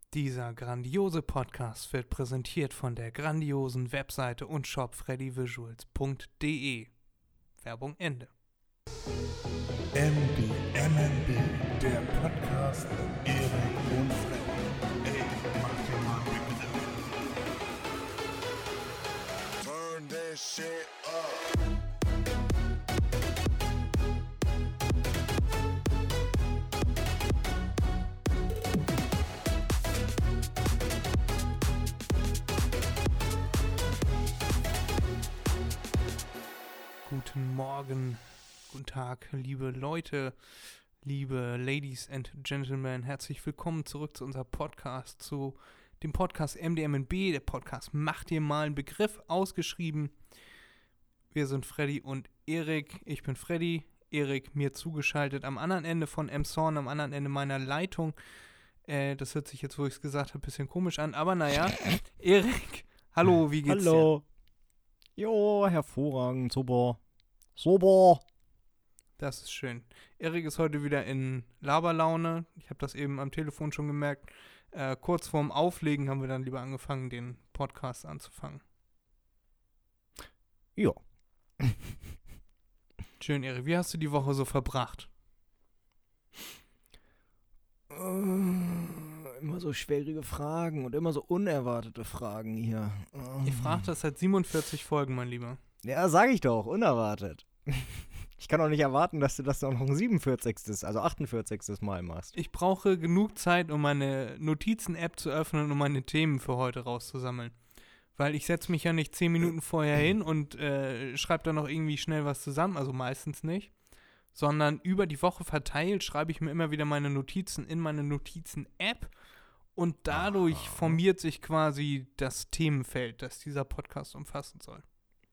Dieser grandiose Podcast wird präsentiert von der grandiosen Webseite und Shop freddyvisuals.de. Werbung Ende. MB, der Podcast mit Erik und Freddy. Ey, mach dir mal einen Begriff. Turn that shit up. Guten Morgen, guten Tag, liebe Leute, liebe Ladies and Gentlemen. Herzlich willkommen zurück zu unserem Podcast, zu dem Podcast MDMNB. Der Podcast macht dir mal einen Begriff ausgeschrieben. Wir sind Freddy und Erik. Ich bin Freddy, Erik mir zugeschaltet am anderen Ende von Emshorn, am anderen Ende meiner Leitung. Das hört sich jetzt, wo ich es gesagt habe, ein bisschen komisch an, aber naja. Erik, hallo, wie geht's dir? Hallo. Jo, hervorragend, super. Super. Das ist schön. Erik ist heute wieder in Laberlaune. Ich habe das eben am Telefon schon gemerkt. Kurz vorm Auflegen haben wir dann lieber angefangen, den Podcast anzufangen. Ja. Schön, Erik. Wie hast du die Woche so verbracht? Immer so schwierige Fragen und immer so unerwartete Fragen hier. Ich frage das seit 47 Folgen, mein Lieber. Ja, sag ich doch, unerwartet. Ich kann doch nicht erwarten, dass du das noch ein 47., also 48. Mal machst. Ich brauche genug Zeit, um meine Notizen-App zu öffnen, um meine Themen für heute rauszusammeln. Weil ich setze mich ja nicht 10 Minuten vorher hin und schreibe da noch irgendwie schnell was zusammen, also meistens nicht. Sondern über die Woche verteilt schreibe ich mir immer wieder meine Notizen in meine Notizen-App und dadurch formiert sich quasi das Themenfeld, das dieser Podcast umfassen soll.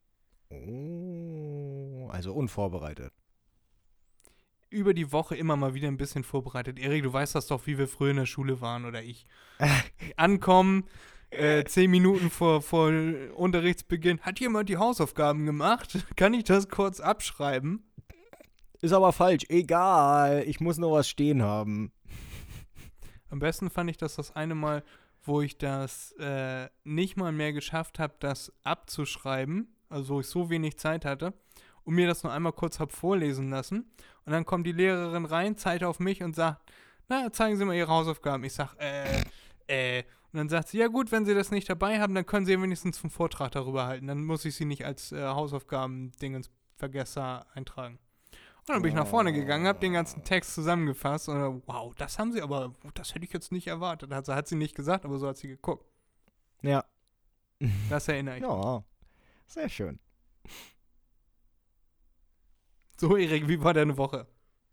Oh, also unvorbereitet. Über die Woche immer mal wieder ein bisschen vorbereitet. Erik, du weißt das doch, wie wir früher in der Schule waren oder ich. Ankommen, 10 Minuten vor Unterrichtsbeginn. Hat jemand die Hausaufgaben gemacht? Kann ich das kurz abschreiben? Ist aber falsch, egal. Ich muss noch was stehen haben. Am besten fand ich das eine Mal, wo ich das nicht mal mehr geschafft habe, das abzuschreiben, also wo ich so wenig Zeit hatte und mir das nur einmal kurz habe vorlesen lassen. Und dann kommt die Lehrerin rein, zeigt auf mich und sagt, na, zeigen Sie mal Ihre Hausaufgaben. Ich sag, Und dann sagt sie, ja gut, wenn Sie das nicht dabei haben, dann können Sie wenigstens einen Vortrag darüber halten. Dann muss ich Sie nicht als Hausaufgaben-Dingens-Vergesser eintragen. Und dann bin ich nach vorne gegangen, habe den ganzen Text zusammengefasst und wow, das haben sie aber, das hätte ich jetzt nicht erwartet. Also hat sie nicht gesagt, aber so hat sie geguckt. Ja. Das erinnere ich. Ja, sehr schön. So, Erik, wie war deine Woche?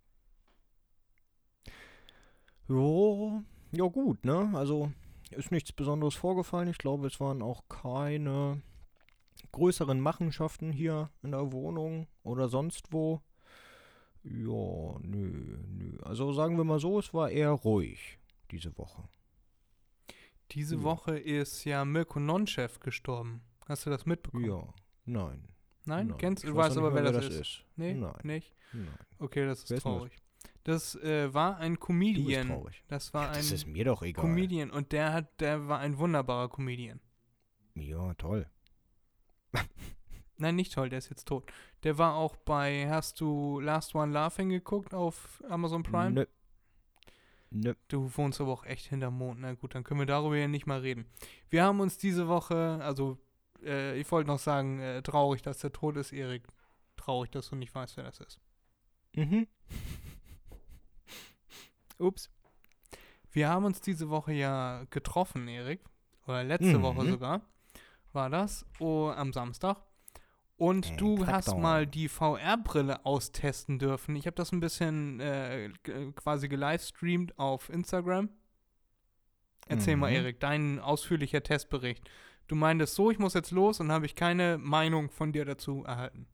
Jo, ja gut, ne? Also ist nichts Besonderes vorgefallen. Ich glaube, es waren auch keine größeren Machenschaften hier in der Wohnung oder sonst wo. Ja, nö. Also sagen wir mal so, es war eher ruhig diese Woche. Diese Woche ist ja Mirko Nonchef gestorben. Hast du das mitbekommen? Ja, nein. Nein? Kennst du? Ich Du weiß weißt auch aber, nicht wer mehr, das ist. Nee? Nein. Nicht? Nein. Okay, das Wer ist ist denn traurig. Das war ein Comedian. Du bist traurig. Das war Das ein ist mir doch egal. Comedian und der war ein wunderbarer Comedian. Ja, toll. Nein, nicht toll, der ist jetzt tot. Der war auch hast du Last One Laughing geguckt auf Amazon Prime? Nö. Du wohnst aber auch echt hinterm Mond. Na gut, dann können wir darüber ja nicht mal reden. Wir haben uns diese Woche, also ich wollte noch sagen, traurig, dass der tot ist, Erik. Traurig, dass du nicht weißt, wer das ist. Mhm. Ups. Wir haben uns diese Woche ja getroffen, Erik. Oder letzte Woche sogar war das. Am Samstag. Und du hast mal die VR-Brille austesten dürfen. Ich habe das ein bisschen quasi gelivestreamt auf Instagram. Erzähl mal, Erik, dein ausführlicher Testbericht. Du meintest so, ich muss jetzt los und habe ich keine Meinung von dir dazu erhalten.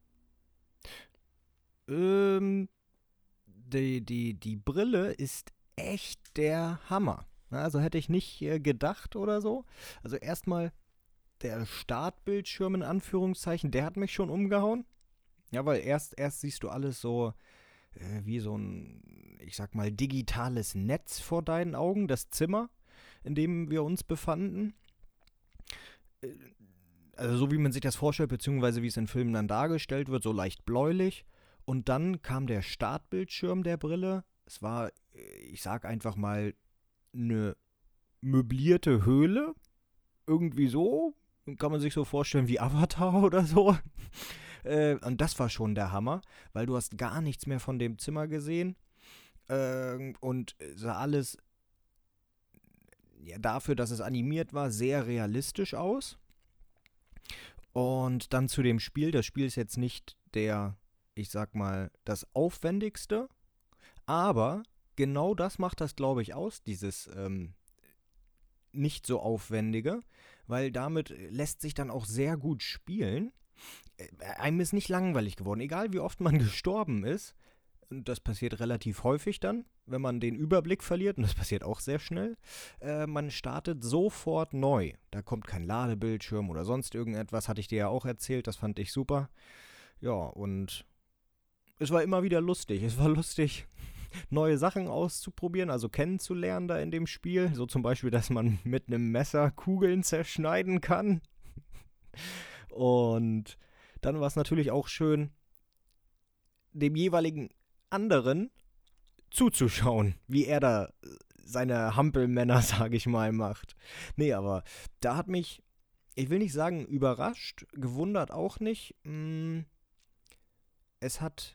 Die Brille ist echt der Hammer. Also hätte ich nicht gedacht oder so. Also erstmal der Startbildschirm in Anführungszeichen, der hat mich schon umgehauen. Ja, weil erst siehst du alles so wie so ein, ich sag mal, digitales Netz vor deinen Augen, das Zimmer. in dem wir uns befanden. Also so wie man sich das vorstellt, beziehungsweise wie es in Filmen dann dargestellt wird, so leicht bläulich. Und dann kam der Startbildschirm der Brille. Es war, ich sag einfach mal, eine möblierte Höhle. Irgendwie so. Kann man sich so vorstellen wie Avatar oder so. Und das war schon der Hammer, weil du hast gar nichts mehr von dem Zimmer gesehen. Und sah alles dafür, dass es animiert war, sehr realistisch aus. Und dann zu dem Spiel. Das Spiel ist jetzt nicht ich sag mal, das Aufwendigste. Aber genau das macht das, glaube ich, aus, dieses nicht so aufwendige. Weil damit lässt sich dann auch sehr gut spielen. Einem ist nicht langweilig geworden. Egal wie oft man gestorben ist. Und das passiert relativ häufig dann, wenn man den Überblick verliert. Und das passiert auch sehr schnell. Man startet sofort neu. Da kommt kein Ladebildschirm oder sonst irgendetwas. Hatte ich dir ja auch erzählt. Das fand ich super. Ja, und es war immer wieder lustig. Es war lustig, neue Sachen auszuprobieren, also kennenzulernen da in dem Spiel. So zum Beispiel, dass man mit einem Messer Kugeln zerschneiden kann. Und dann war es natürlich auch schön, dem jeweiligen anderen zuzuschauen, wie er da seine Hampelmänner, sage ich mal, macht. Nee, aber da hat mich, ich will nicht sagen überrascht, gewundert auch nicht. Es hat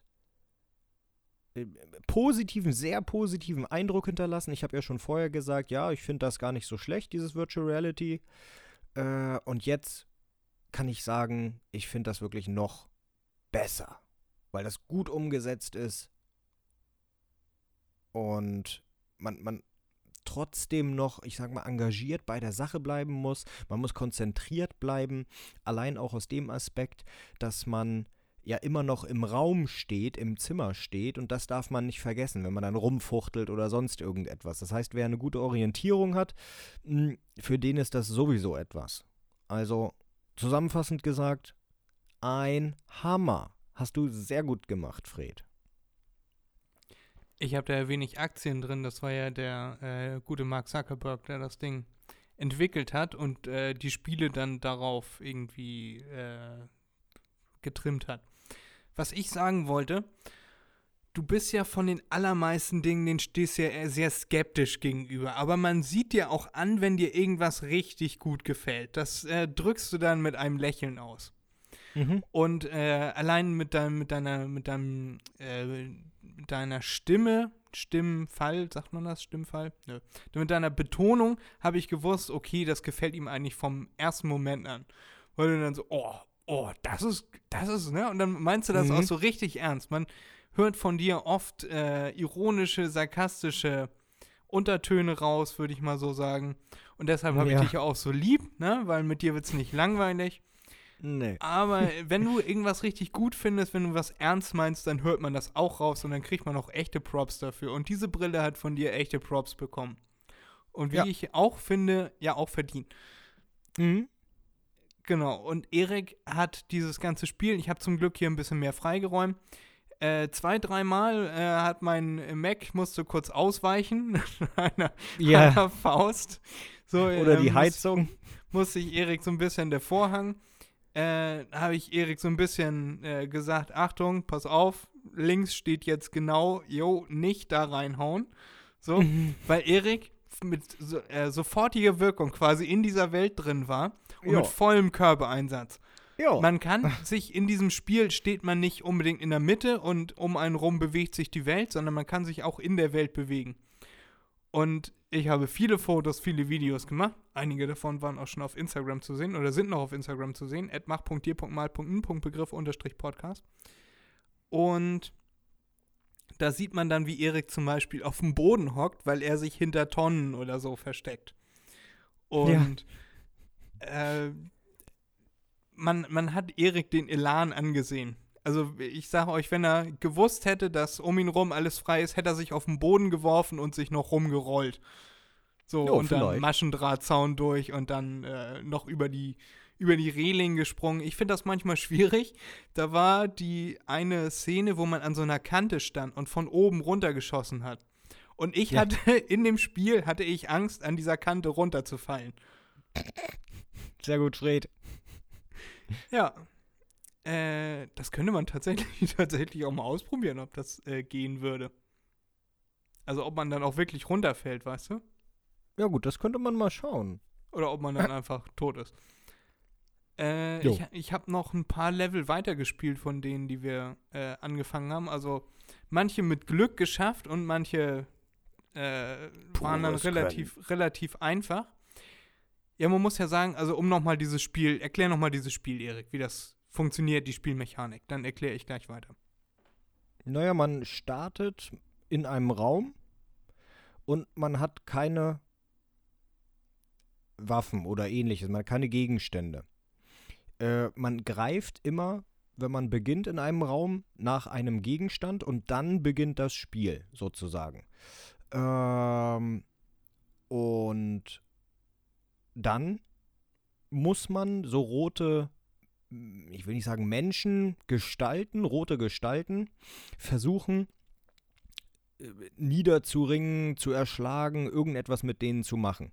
sehr positiven Eindruck hinterlassen. Ich habe ja schon vorher gesagt, ja, ich finde das gar nicht so schlecht, dieses Virtual Reality. Und jetzt kann ich sagen, ich finde das wirklich noch besser, weil das gut umgesetzt ist und man trotzdem noch, ich sag mal, engagiert bei der Sache bleiben muss. Man muss konzentriert bleiben, allein auch aus dem Aspekt, dass man ja immer noch im Raum steht, im Zimmer steht, und das darf man nicht vergessen, wenn man dann rumfuchtelt oder sonst irgendetwas. Das heißt, wer eine gute Orientierung hat, für den ist das sowieso etwas. Also zusammenfassend gesagt, ein Hammer. Hast du sehr gut gemacht, Fred. Ich habe da ja wenig Aktien drin. Das war ja der gute Mark Zuckerberg, der das Ding entwickelt hat und die Spiele dann darauf irgendwie getrimmt hat. Was ich sagen wollte, du bist ja von den allermeisten Dingen, denen stehst du ja sehr skeptisch gegenüber. Aber man sieht dir auch an, wenn dir irgendwas richtig gut gefällt. Das drückst du dann mit einem Lächeln aus. Mhm. Und allein mit deiner Stimmfall, sagt man das? Stimmfall? Nö. Mit deiner Betonung habe ich gewusst, okay, das gefällt ihm eigentlich vom ersten Moment an. Weil du dann so, oh, das ist, ne? Und dann meinst du das auch so richtig ernst. Man hört von dir oft ironische, sarkastische Untertöne raus, würde ich mal so sagen. Und deshalb habe ich dich ja auch so lieb, ne? Weil mit dir wird es nicht langweilig. Nee. Aber wenn du irgendwas richtig gut findest, wenn du was ernst meinst, dann hört man das auch raus und dann kriegt man auch echte Props dafür. Und diese Brille hat von dir echte Props bekommen. Und wie ich auch finde, ja auch verdient. Mhm. Genau, und Erik hat dieses ganze Spiel, ich habe zum Glück hier ein bisschen mehr freigeräumt, 2-3 Mal hat mein Mac, musste kurz ausweichen, einer Faust. So, oder die Heizung. Musste ich Erik so ein bisschen der Vorhang, habe ich Erik so ein bisschen gesagt, Achtung, pass auf, links steht jetzt genau, nicht da reinhauen. So, weil Erik mit sofortiger Wirkung quasi in dieser Welt drin war und mit vollem Körpereinsatz. Jo. Man kann sich in diesem Spiel, steht man nicht unbedingt in der Mitte und um einen rum bewegt sich die Welt, sondern man kann sich auch in der Welt bewegen. Und ich habe viele Fotos, viele Videos gemacht. Einige davon waren auch schon auf Instagram zu sehen oder sind noch auf Instagram zu sehen. @mach.dir.mal.n.begriff_podcast. Und da sieht man dann, wie Erik zum Beispiel auf dem Boden hockt, weil er sich hinter Tonnen oder so versteckt. Und man hat Erik den Elan angesehen. Also ich sage euch, wenn er gewusst hätte, dass um ihn rum alles frei ist, hätte er sich auf den Boden geworfen und sich noch rumgerollt. So, und vielleicht dann Maschendrahtzaun durch und dann noch über die Reling gesprungen. Ich finde das manchmal schwierig. Da war die eine Szene, wo man an so einer Kante stand und von oben runtergeschossen hat. Und ich Ja. hatte in dem Spiel Angst, an dieser Kante runterzufallen. Sehr gut, Fred. Ja. Das könnte man tatsächlich auch mal ausprobieren, ob das gehen würde. Also ob man dann auch wirklich runterfällt, weißt du? Ja gut, das könnte man mal schauen. Oder ob man dann einfach tot ist. Jo. Ich habe noch ein paar Level weitergespielt von denen, die wir angefangen haben. Also manche mit Glück geschafft und manche waren dann Pures relativ einfach. Ja, man muss ja sagen, also erklär nochmal dieses Spiel, Erik, wie das funktioniert, die Spielmechanik. Dann erkläre ich gleich weiter. Naja, man startet in einem Raum und man hat keine Waffen oder ähnliches, man hat keine Gegenstände. Man greift immer, wenn man beginnt in einem Raum, nach einem Gegenstand und dann beginnt das Spiel, sozusagen. Und dann muss man so rote, ich will nicht sagen Menschen, rote Gestalten, versuchen niederzuringen, zu erschlagen, irgendetwas mit denen zu machen.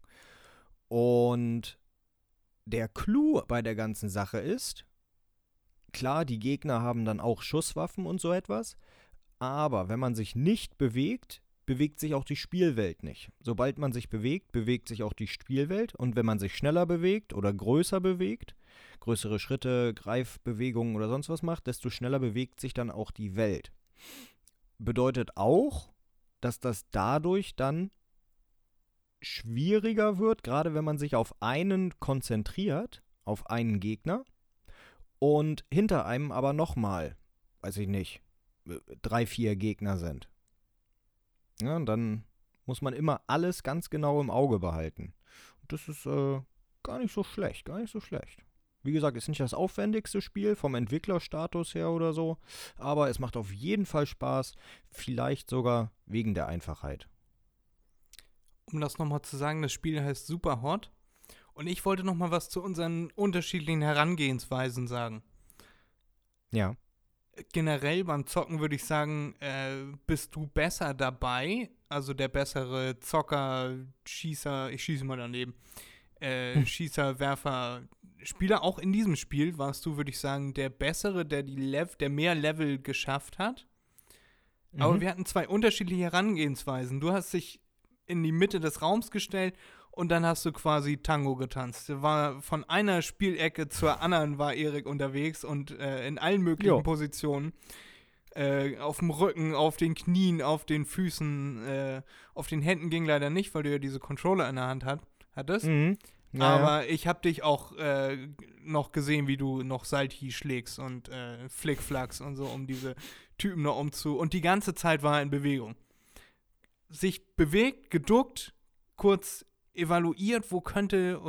Und der Clou bei der ganzen Sache ist, klar, die Gegner haben dann auch Schusswaffen und so etwas, aber wenn man sich nicht bewegt, bewegt sich auch die Spielwelt nicht. Sobald man sich bewegt, bewegt sich auch die Spielwelt und wenn man sich schneller bewegt oder größer bewegt, größere Schritte, Greifbewegungen oder sonst was macht, desto schneller bewegt sich dann auch die Welt. Bedeutet auch, dass das dadurch dann schwieriger wird, gerade wenn man sich auf einen konzentriert, auf einen Gegner und hinter einem aber nochmal, weiß ich nicht, 3, 4 Gegner sind. Ja, und dann muss man immer alles ganz genau im Auge behalten. Und das ist gar nicht so schlecht. Wie gesagt, ist nicht das aufwendigste Spiel vom Entwicklerstatus her oder so, aber es macht auf jeden Fall Spaß, vielleicht sogar wegen der Einfachheit. Um das nochmal zu sagen, das Spiel heißt Superhot. Und ich wollte nochmal was zu unseren unterschiedlichen Herangehensweisen sagen. Ja. Generell beim Zocken würde ich sagen, bist du besser dabei, also der bessere Zocker, Schießer, ich schieße mal daneben, Schießer, Werfer, Spieler. Auch in diesem Spiel warst du, würde ich sagen, der bessere, der mehr Level geschafft hat. Aber wir hatten 2 unterschiedliche Herangehensweisen. Du hast dich in die Mitte des Raums gestellt und dann hast du quasi Tango getanzt. War von einer Spielecke zur anderen war Erik unterwegs und in allen möglichen Positionen. Auf dem Rücken, auf den Knien, auf den Füßen, auf den Händen ging leider nicht, weil du ja diese Controller in der Hand hattest. Mhm. Ja, aber ich habe dich auch noch gesehen, wie du noch Salti schlägst und Flickflacks und so, um diese Typen noch und die ganze Zeit war er in Bewegung. Sich bewegt, geduckt, kurz eruiert, wo könnte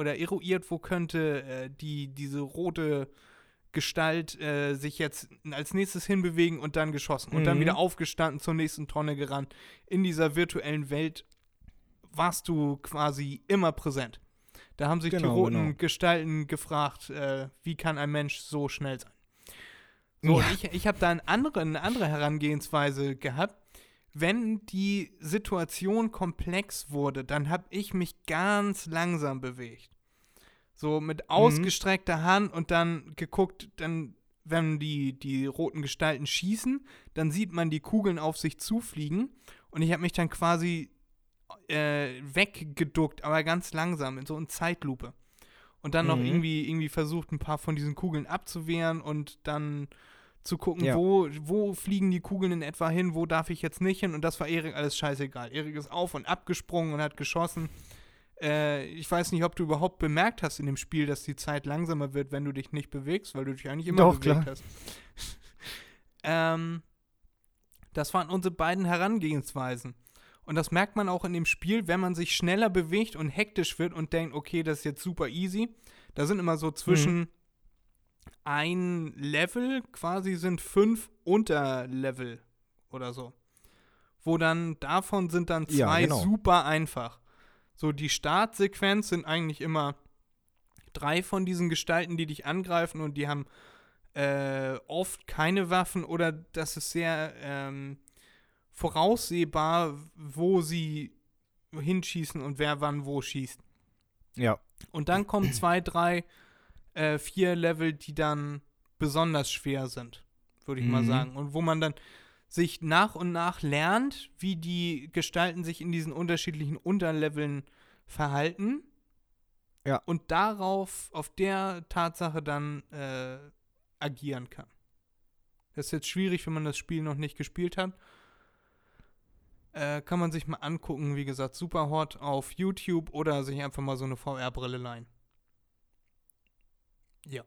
diese rote Gestalt sich jetzt als nächstes hinbewegen und dann geschossen. Und dann wieder aufgestanden, zur nächsten Tonne gerannt. In dieser virtuellen Welt warst du quasi immer präsent. Da haben sich die roten Gestalten gefragt, wie kann ein Mensch so schnell sein? So, und ich habe da eine andere Herangehensweise gehabt. Wenn die Situation komplex wurde, dann habe ich mich ganz langsam bewegt. So mit ausgestreckter Hand und dann geguckt, dann, wenn die roten Gestalten schießen, dann sieht man die Kugeln auf sich zufliegen und ich habe mich dann quasi weggeduckt, aber ganz langsam, in so einer Zeitlupe. Und dann noch irgendwie versucht, ein paar von diesen Kugeln abzuwehren und dann zu gucken, wo fliegen die Kugeln in etwa hin, wo darf ich jetzt nicht hin. Und das war Erik alles scheißegal. Erik ist auf und abgesprungen und hat geschossen. Ich weiß nicht, ob du überhaupt bemerkt hast in dem Spiel, dass die Zeit langsamer wird, wenn du dich nicht bewegst, weil du dich eigentlich immer bewegt hast. Das waren unsere beiden Herangehensweisen. Und das merkt man auch in dem Spiel, wenn man sich schneller bewegt und hektisch wird und denkt, okay, das ist jetzt super easy. Da sind immer so zwischen ein Level quasi sind 5 Unterlevel oder so. Wo dann, davon sind dann 2 super einfach. So, die Startsequenz sind eigentlich immer 3 von diesen Gestalten, die dich angreifen und die haben oft keine Waffen oder das ist sehr voraussehbar, wo sie hinschießen und wer wann wo schießt. Ja. Und dann kommen 2, 3, 4 Level, die dann besonders schwer sind, würde ich mal sagen. Und wo man dann sich nach und nach lernt, wie die Gestalten sich in diesen unterschiedlichen Unterleveln verhalten. Ja. Und darauf, auf der Tatsache dann agieren kann. Das ist jetzt schwierig, wenn man das Spiel noch nicht gespielt hat. Kann man sich mal angucken, wie gesagt, Superhot auf YouTube oder sich einfach mal so eine VR-Brille leihen. Ja.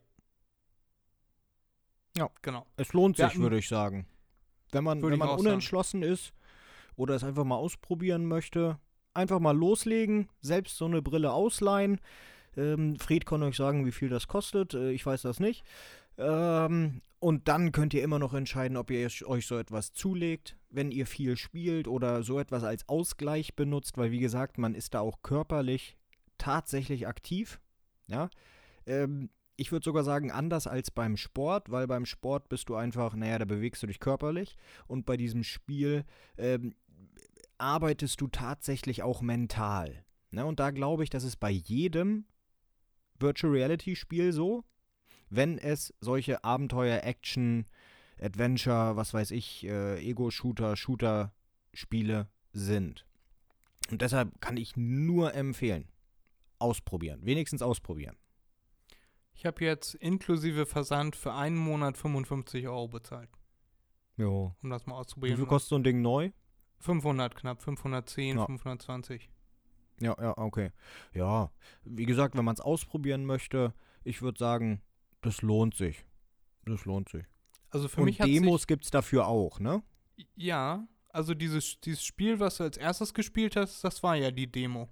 Ja. Genau. Es lohnt Wir sich, hatten- würde ich sagen. Wenn man Würde ich auch unentschlossen ist oder es einfach mal ausprobieren möchte, einfach mal loslegen, selbst so eine Brille ausleihen. Fred kann euch sagen, wie viel das kostet. Ich weiß das nicht. Und dann könnt ihr immer noch entscheiden, ob ihr euch so etwas zulegt, wenn ihr viel spielt oder so etwas als Ausgleich benutzt, weil wie gesagt, man ist da auch körperlich tatsächlich aktiv. Ja. Ich würde sogar sagen, anders als beim Sport, weil beim Sport bist du einfach, da bewegst du dich körperlich und bei diesem Spiel arbeitest du tatsächlich auch mental. Ne? Und da glaube ich, das ist bei jedem Virtual Reality Spiel so, wenn es solche Abenteuer, Action, Adventure, was weiß ich, Ego-Shooter, Shooter-Spiele sind. Und deshalb kann ich nur empfehlen, ausprobieren, wenigstens ausprobieren. Ich habe jetzt inklusive Versand für einen Monat 55 € bezahlt, Jo. um das mal Wie auszuprobieren. viel kostet so ein Ding neu? 500 knapp, 510, Ja. 520. Ja, okay. Ja, wie gesagt, wenn man es ausprobieren möchte, ich würde sagen, das lohnt sich. Das lohnt sich. Also für Und mich hat Demos gibt's dafür auch, ne? ja, also dieses Spiel, was du als erstes gespielt hast, das war ja die Demo.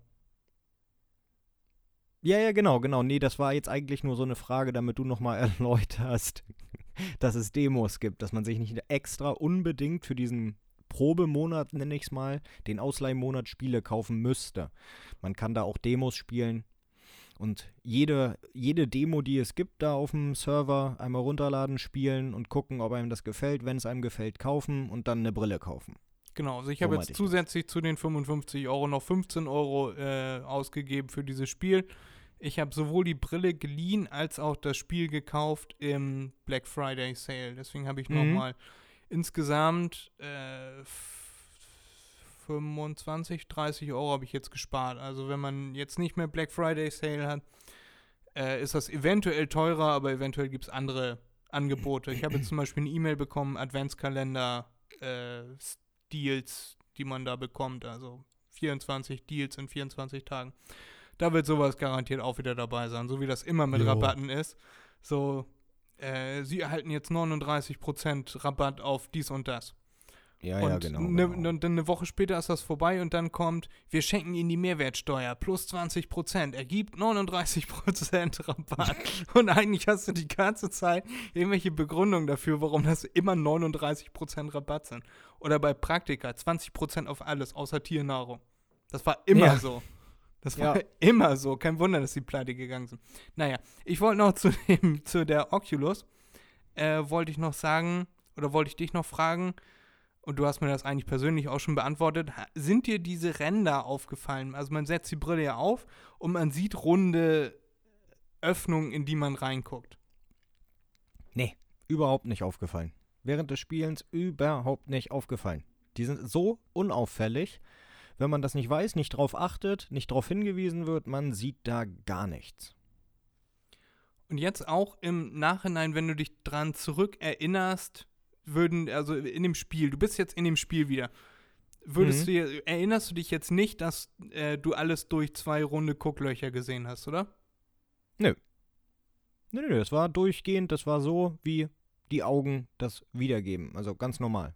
Ja, genau. Nee, das war jetzt eigentlich nur so eine Frage, damit du nochmal erläuterst, dass es Demos gibt, dass man sich nicht extra unbedingt für diesen Probemonat, nenne ich es mal, den Ausleihmonat Spiele kaufen müsste. Man kann da auch Demos spielen und jede Demo, die es gibt da auf dem Server, einmal runterladen, spielen und gucken, ob einem das gefällt. Wenn es einem gefällt, kaufen und dann eine Brille kaufen. Genau, also ich So habe meinte jetzt ich zusätzlich zu den 55 € noch 15 € ausgegeben für dieses Spiel. Ich habe sowohl die Brille geliehen als auch das Spiel gekauft im Black Friday Sale. Deswegen habe ich nochmal insgesamt 25, 30 € habe ich jetzt gespart. Also wenn man jetzt nicht mehr Black Friday Sale hat, ist das eventuell teurer, aber eventuell gibt es andere Angebote. Ich habe jetzt zum Beispiel eine E-Mail bekommen, Adventskalender, Deals, die man da bekommt. Also 24 Deals in 24 Tagen. Da wird sowas garantiert auch wieder dabei sein, so wie das immer mit Jo. Rabatten ist. So, sie erhalten jetzt 39% Rabatt auf dies und das. Ja, Und genau. dann eine Woche später ist das vorbei und dann kommt, wir schenken Ihnen die Mehrwertsteuer plus 20%, ergibt 39% Rabatt. Und eigentlich hast du die ganze Zeit irgendwelche Begründungen dafür, warum das immer 39% Rabatt sind. Oder bei Praktika 20% auf alles, außer Tiernahrung. Das war immer so. Das war immer so. Kein Wunder, dass die pleite gegangen sind. Naja, ich wollte noch zu der Oculus, wollte ich noch sagen, oder wollte ich dich noch fragen, und du hast mir das eigentlich persönlich auch schon beantwortet, sind dir diese Ränder aufgefallen? Also man setzt die Brille ja auf und man sieht runde Öffnungen, in die man reinguckt. Nee, überhaupt nicht aufgefallen. Während des Spielens überhaupt nicht aufgefallen. Die sind so unauffällig, wenn man das nicht weiß, nicht drauf achtet, nicht drauf hingewiesen wird, man sieht da gar nichts. Und jetzt auch im Nachhinein, wenn du dich dran zurückerinnerst, also in dem Spiel, du bist jetzt in dem Spiel wieder, erinnerst du dich jetzt nicht, dass du alles durch 2 runde Gucklöcher gesehen hast, oder? Nö, das war durchgehend, das war so, wie die Augen das wiedergeben, also ganz normal.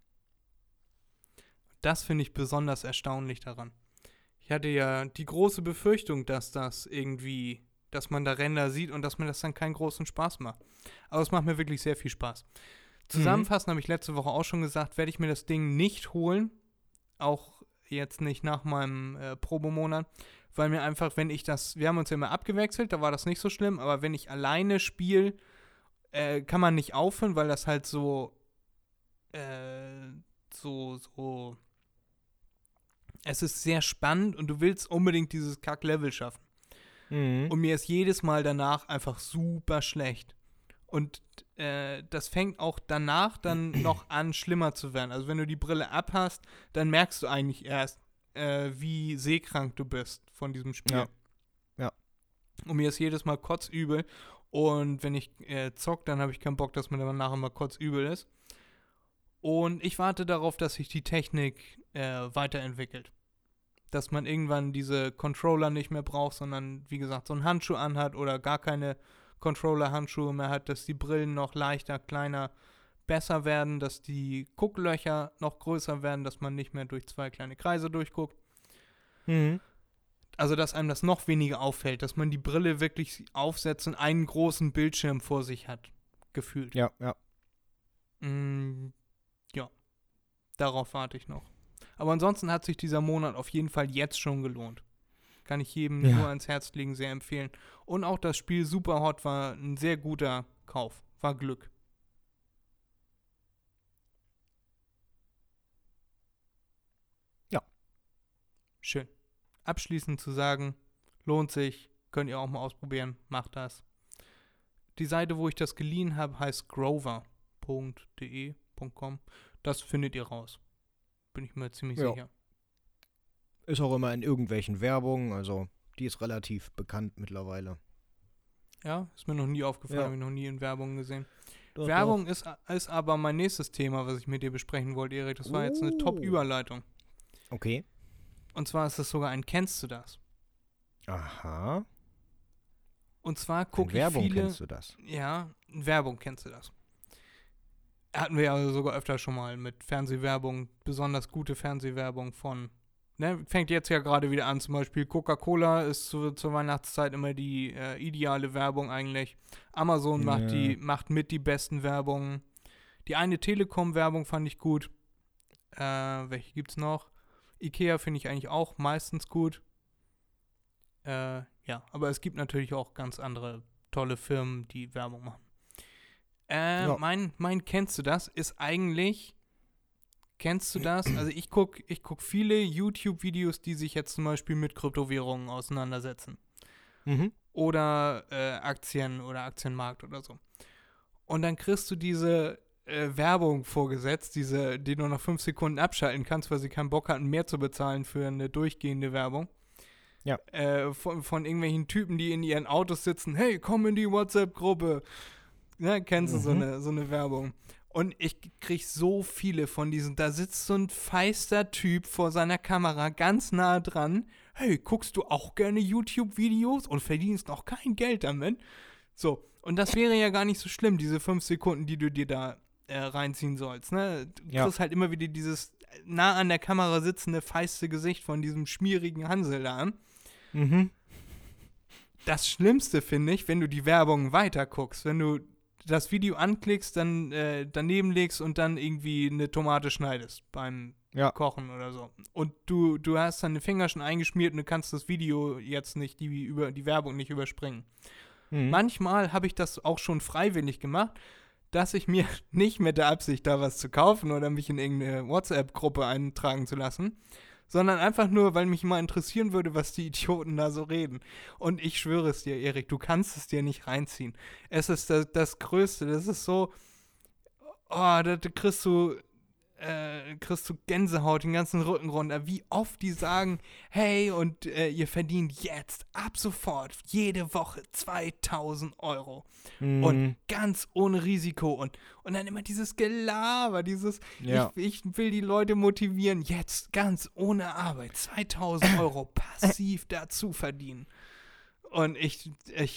Das finde ich besonders erstaunlich daran. Ich hatte ja die große Befürchtung, dass man da Ränder sieht und dass mir das dann keinen großen Spaß macht. Aber es macht mir wirklich sehr viel Spaß. Zusammenfassend habe ich letzte Woche auch schon gesagt, werde ich mir das Ding nicht holen, auch jetzt nicht nach meinem Probemonat, weil mir einfach, wir haben uns ja immer abgewechselt, da war das nicht so schlimm, aber wenn ich alleine spiele, kann man nicht aufhören, weil das halt so es ist sehr spannend und du willst unbedingt dieses Kack-Level schaffen. Mhm. Und mir ist jedes Mal danach einfach super schlecht. Und das fängt auch danach dann noch an, schlimmer zu werden. Also wenn du die Brille abhast, dann merkst du eigentlich erst, wie seekrank du bist von diesem Spiel. Ja. Ja. Und mir ist jedes Mal kotzübel. Und wenn ich zock, dann habe ich keinen Bock, dass mir dann nachher mal kotzübel ist. Und ich warte darauf, dass sich die Technik weiterentwickelt. Dass man irgendwann diese Controller nicht mehr braucht, sondern, wie gesagt, so einen Handschuh anhat oder gar keine Controller-Handschuhe mehr hat, dass die Brillen noch leichter, kleiner, besser werden, dass die Gucklöcher noch größer werden, dass man nicht mehr durch 2 kleine Kreise durchguckt. Mhm. Also, dass einem das noch weniger auffällt, dass man die Brille wirklich aufsetzt und einen großen Bildschirm vor sich hat, gefühlt. Ja, ja. Ja, darauf warte ich noch. Aber ansonsten hat sich dieser Monat auf jeden Fall jetzt schon gelohnt. Kann ich jedem nur ans Herz legen, sehr empfehlen. Und auch das Spiel Superhot war ein sehr guter Kauf. War Glück. Ja. Schön. Abschließend zu sagen, lohnt sich, könnt ihr auch mal ausprobieren, macht das. Die Seite, wo ich das geliehen habe, heißt grover.de.com. Das findet ihr raus. Bin ich mir ziemlich sicher. Ist auch immer in irgendwelchen Werbungen, also die ist relativ bekannt mittlerweile. Ja, ist mir noch nie aufgefallen, Ja. habe ich noch nie in Werbung gesehen. Doch, Werbung ist aber mein nächstes Thema, was ich mit dir besprechen wollte, Erik. Das war jetzt eine Top-Überleitung. doch. Okay. Und zwar ist das sogar ein Kennst du das? Aha. Und zwar In gucke ich Werbung viele... kennst du das. Ja, in Werbung kennst du das. Hatten wir ja sogar öfter schon mal mit Fernsehwerbung, besonders gute Fernsehwerbung von... Ne, fängt jetzt ja gerade wieder an, zum Beispiel Coca-Cola ist zur Weihnachtszeit immer die ideale Werbung eigentlich. Amazon macht mit die besten Werbungen. Die eine Telekom-Werbung fand ich gut. Welche gibt's noch? Ikea finde ich eigentlich auch meistens gut. Ja, aber es gibt natürlich auch ganz andere tolle Firmen, die Werbung machen. Mein Kennst du das ist eigentlich... Kennst du das? Also ich guck viele YouTube-Videos, die sich jetzt zum Beispiel mit Kryptowährungen auseinandersetzen. Mhm. Oder Aktien oder Aktienmarkt oder so. Und dann kriegst du diese Werbung vorgesetzt, die du nach 5 Sekunden abschalten kannst, weil sie keinen Bock hatten, mehr zu bezahlen für eine durchgehende Werbung. Ja. Von irgendwelchen Typen, die in ihren Autos sitzen. Hey, komm in die WhatsApp-Gruppe. Ja, kennst du so eine Werbung? Und ich krieg so viele von diesen, da sitzt so ein feister Typ vor seiner Kamera ganz nah dran. Hey, guckst du auch gerne YouTube-Videos und verdienst noch kein Geld damit? So, und das wäre ja gar nicht so schlimm, diese 5 Sekunden, die du dir da reinziehen sollst. Ne? Du kriegst halt immer wieder dieses nah an der Kamera sitzende, feiste Gesicht von diesem schmierigen Hansel da an. Mhm. Das Schlimmste finde ich, wenn du die Werbung weiter guckst, wenn du das Video anklickst, dann daneben legst und dann irgendwie eine Tomate schneidest beim Kochen oder so. Und du hast deine Finger schon eingeschmiert und du kannst das Video jetzt nicht, die Werbung nicht überspringen. Mhm. Manchmal habe ich das auch schon freiwillig gemacht, dass ich mir nicht mit der Absicht, da was zu kaufen oder mich in irgendeine WhatsApp-Gruppe eintragen zu lassen, sondern einfach nur, weil mich mal interessieren würde, was die Idioten da so reden. Und ich schwöre es dir, Erik, du kannst es dir nicht reinziehen. Es ist das Größte, das ist so, da kriegst du Gänsehaut, den ganzen Rücken runter, wie oft die sagen, hey, und ihr verdient jetzt, ab sofort, jede Woche 2.000 Euro. Und ganz ohne Risiko und dann immer dieses Gelaber, ich will die Leute motivieren, jetzt ganz ohne Arbeit 2.000 Euro passiv dazu verdienen. Und ich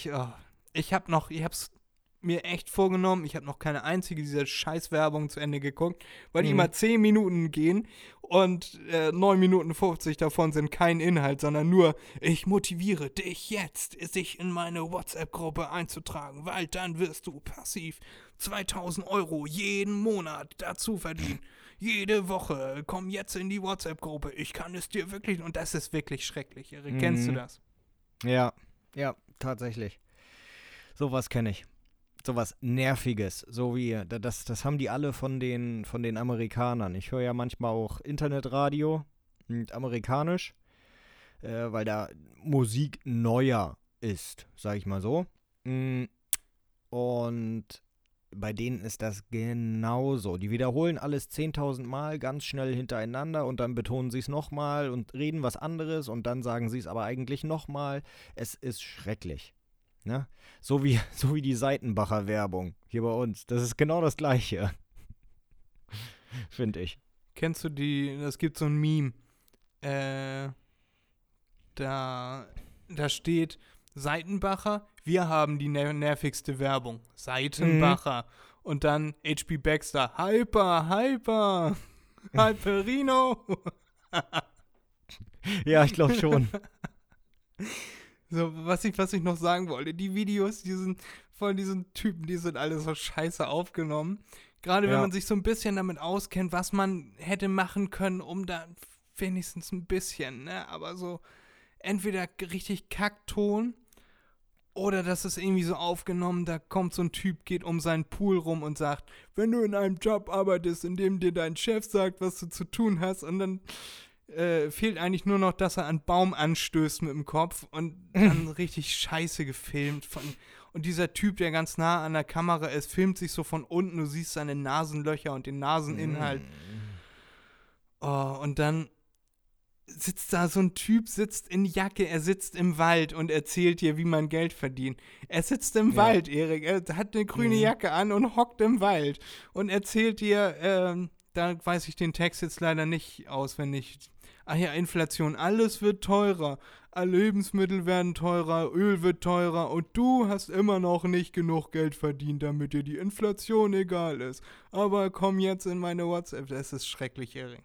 hab's mir echt vorgenommen, ich habe noch keine einzige dieser Scheißwerbung zu Ende geguckt, weil die immer 10 Minuten gehen und 9 Minuten 50 davon sind kein Inhalt, sondern nur, ich motiviere dich jetzt, sich in meine WhatsApp-Gruppe einzutragen, weil dann wirst du passiv 2.000 Euro jeden Monat dazu verdienen. Jede Woche, komm jetzt in die WhatsApp-Gruppe, ich kann es dir wirklich, und das ist wirklich schrecklich, Erik, kennst du das? Ja, tatsächlich. Sowas kenne ich. Sowas Nerviges, so wie, das haben die alle von den Amerikanern. Ich höre ja manchmal auch Internetradio, und amerikanisch, weil da Musik neuer ist, sag ich mal so. Und bei denen ist das genauso. Die wiederholen alles 10.000 Mal ganz schnell hintereinander und dann betonen sie es nochmal und reden was anderes und dann sagen sie es aber eigentlich nochmal. Es ist schrecklich. Ne? So wie die Seitenbacher Werbung hier bei uns. Das ist genau das Gleiche. Finde ich. Kennst du es gibt so ein Meme, da steht Seitenbacher, wir haben die nervigste Werbung. Seitenbacher. Und dann H.P. Baxter, Hyperino. Ja, ich glaube schon. So, was ich noch sagen wollte, die Videos, von diesen Typen, die sind alle so scheiße aufgenommen. Gerade wenn man sich so ein bisschen damit auskennt, was man hätte machen können, um da wenigstens ein bisschen, ne? Aber so entweder richtig Kackton oder das ist irgendwie so aufgenommen, da kommt so ein Typ, geht um seinen Pool rum und sagt, wenn du in einem Job arbeitest, in dem dir dein Chef sagt, was du zu tun hast und dann fehlt eigentlich nur noch, dass er einen Baum anstößt mit dem Kopf und dann richtig scheiße gefilmt. Und dieser Typ, der ganz nah an der Kamera ist, filmt sich so von unten, du siehst seine Nasenlöcher und den Naseninhalt. Oh, und dann sitzt da so ein Typ, sitzt in Jacke, er sitzt im Wald und erzählt dir, wie man Geld verdient. Er sitzt im Wald, Erik, er hat eine grüne Jacke an und hockt im Wald und erzählt dir, da weiß ich den Text jetzt leider nicht auswendig. Ach ja, Inflation, alles wird teurer, alle Lebensmittel werden teurer, Öl wird teurer und du hast immer noch nicht genug Geld verdient, damit dir die Inflation egal ist. Aber komm jetzt in meine WhatsApp, das ist schrecklich, Erik.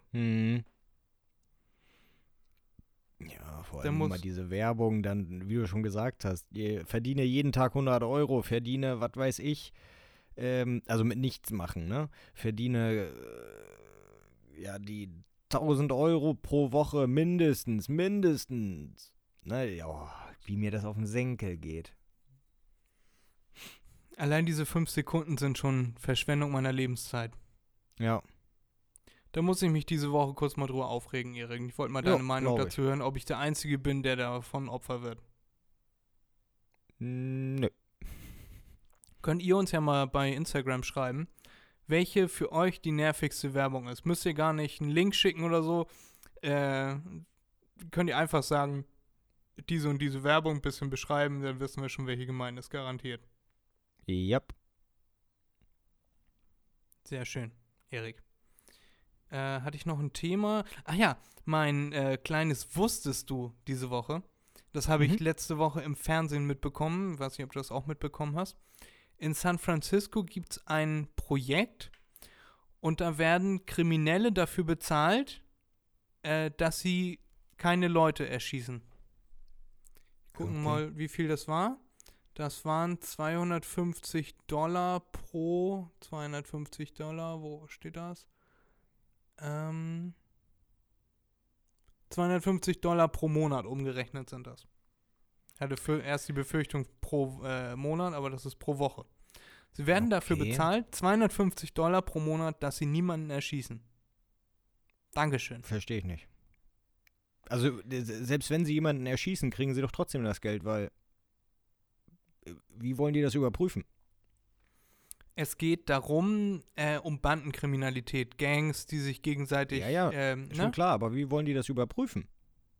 Ja, vor allem immer diese Werbung, dann, wie du schon gesagt hast, verdiene jeden Tag 100 Euro, verdiene, was weiß ich, also mit nichts machen, ne? Verdiene, die 1.000 Euro pro Woche mindestens. Ne, ja, wie mir das auf den Senkel geht. Allein diese 5 Sekunden sind schon Verschwendung meiner Lebenszeit. Ja. Da muss ich mich diese Woche kurz mal drüber aufregen, Erik. Ich wollte mal deine Meinung dazu hören, ob ich der Einzige bin, der davon Opfer wird. Nö. Könnt ihr uns ja mal bei Instagram schreiben, welche für euch die nervigste Werbung ist. Müsst ihr gar nicht einen Link schicken oder so. Könnt ihr einfach sagen, diese und diese Werbung ein bisschen beschreiben, dann wissen wir schon, welche gemeint ist, garantiert. Yep. Sehr schön, Erik. Hatte ich noch ein Thema? Ach ja, mein kleines Wusstest du diese Woche. Das habe ich letzte Woche im Fernsehen mitbekommen. Weiß nicht, ob du das auch mitbekommen hast. In San Francisco gibt es ein Projekt und da werden Kriminelle dafür bezahlt, dass sie keine Leute erschießen. Gucken mal, wie viel das war. Das waren $250 pro, $250, wo steht das? $250 pro Monat umgerechnet sind das. Ich hatte erst die Befürchtung pro Monat, aber das ist pro Woche. Sie werden dafür bezahlt, $250 pro Monat, dass sie niemanden erschießen. Dankeschön. Verstehe ich nicht. Also, selbst wenn sie jemanden erschießen, kriegen sie doch trotzdem das Geld, weil wie wollen die das überprüfen? Es geht darum, um Bandenkriminalität, Gangs, die sich gegenseitig... schon klar, aber wie wollen die das überprüfen?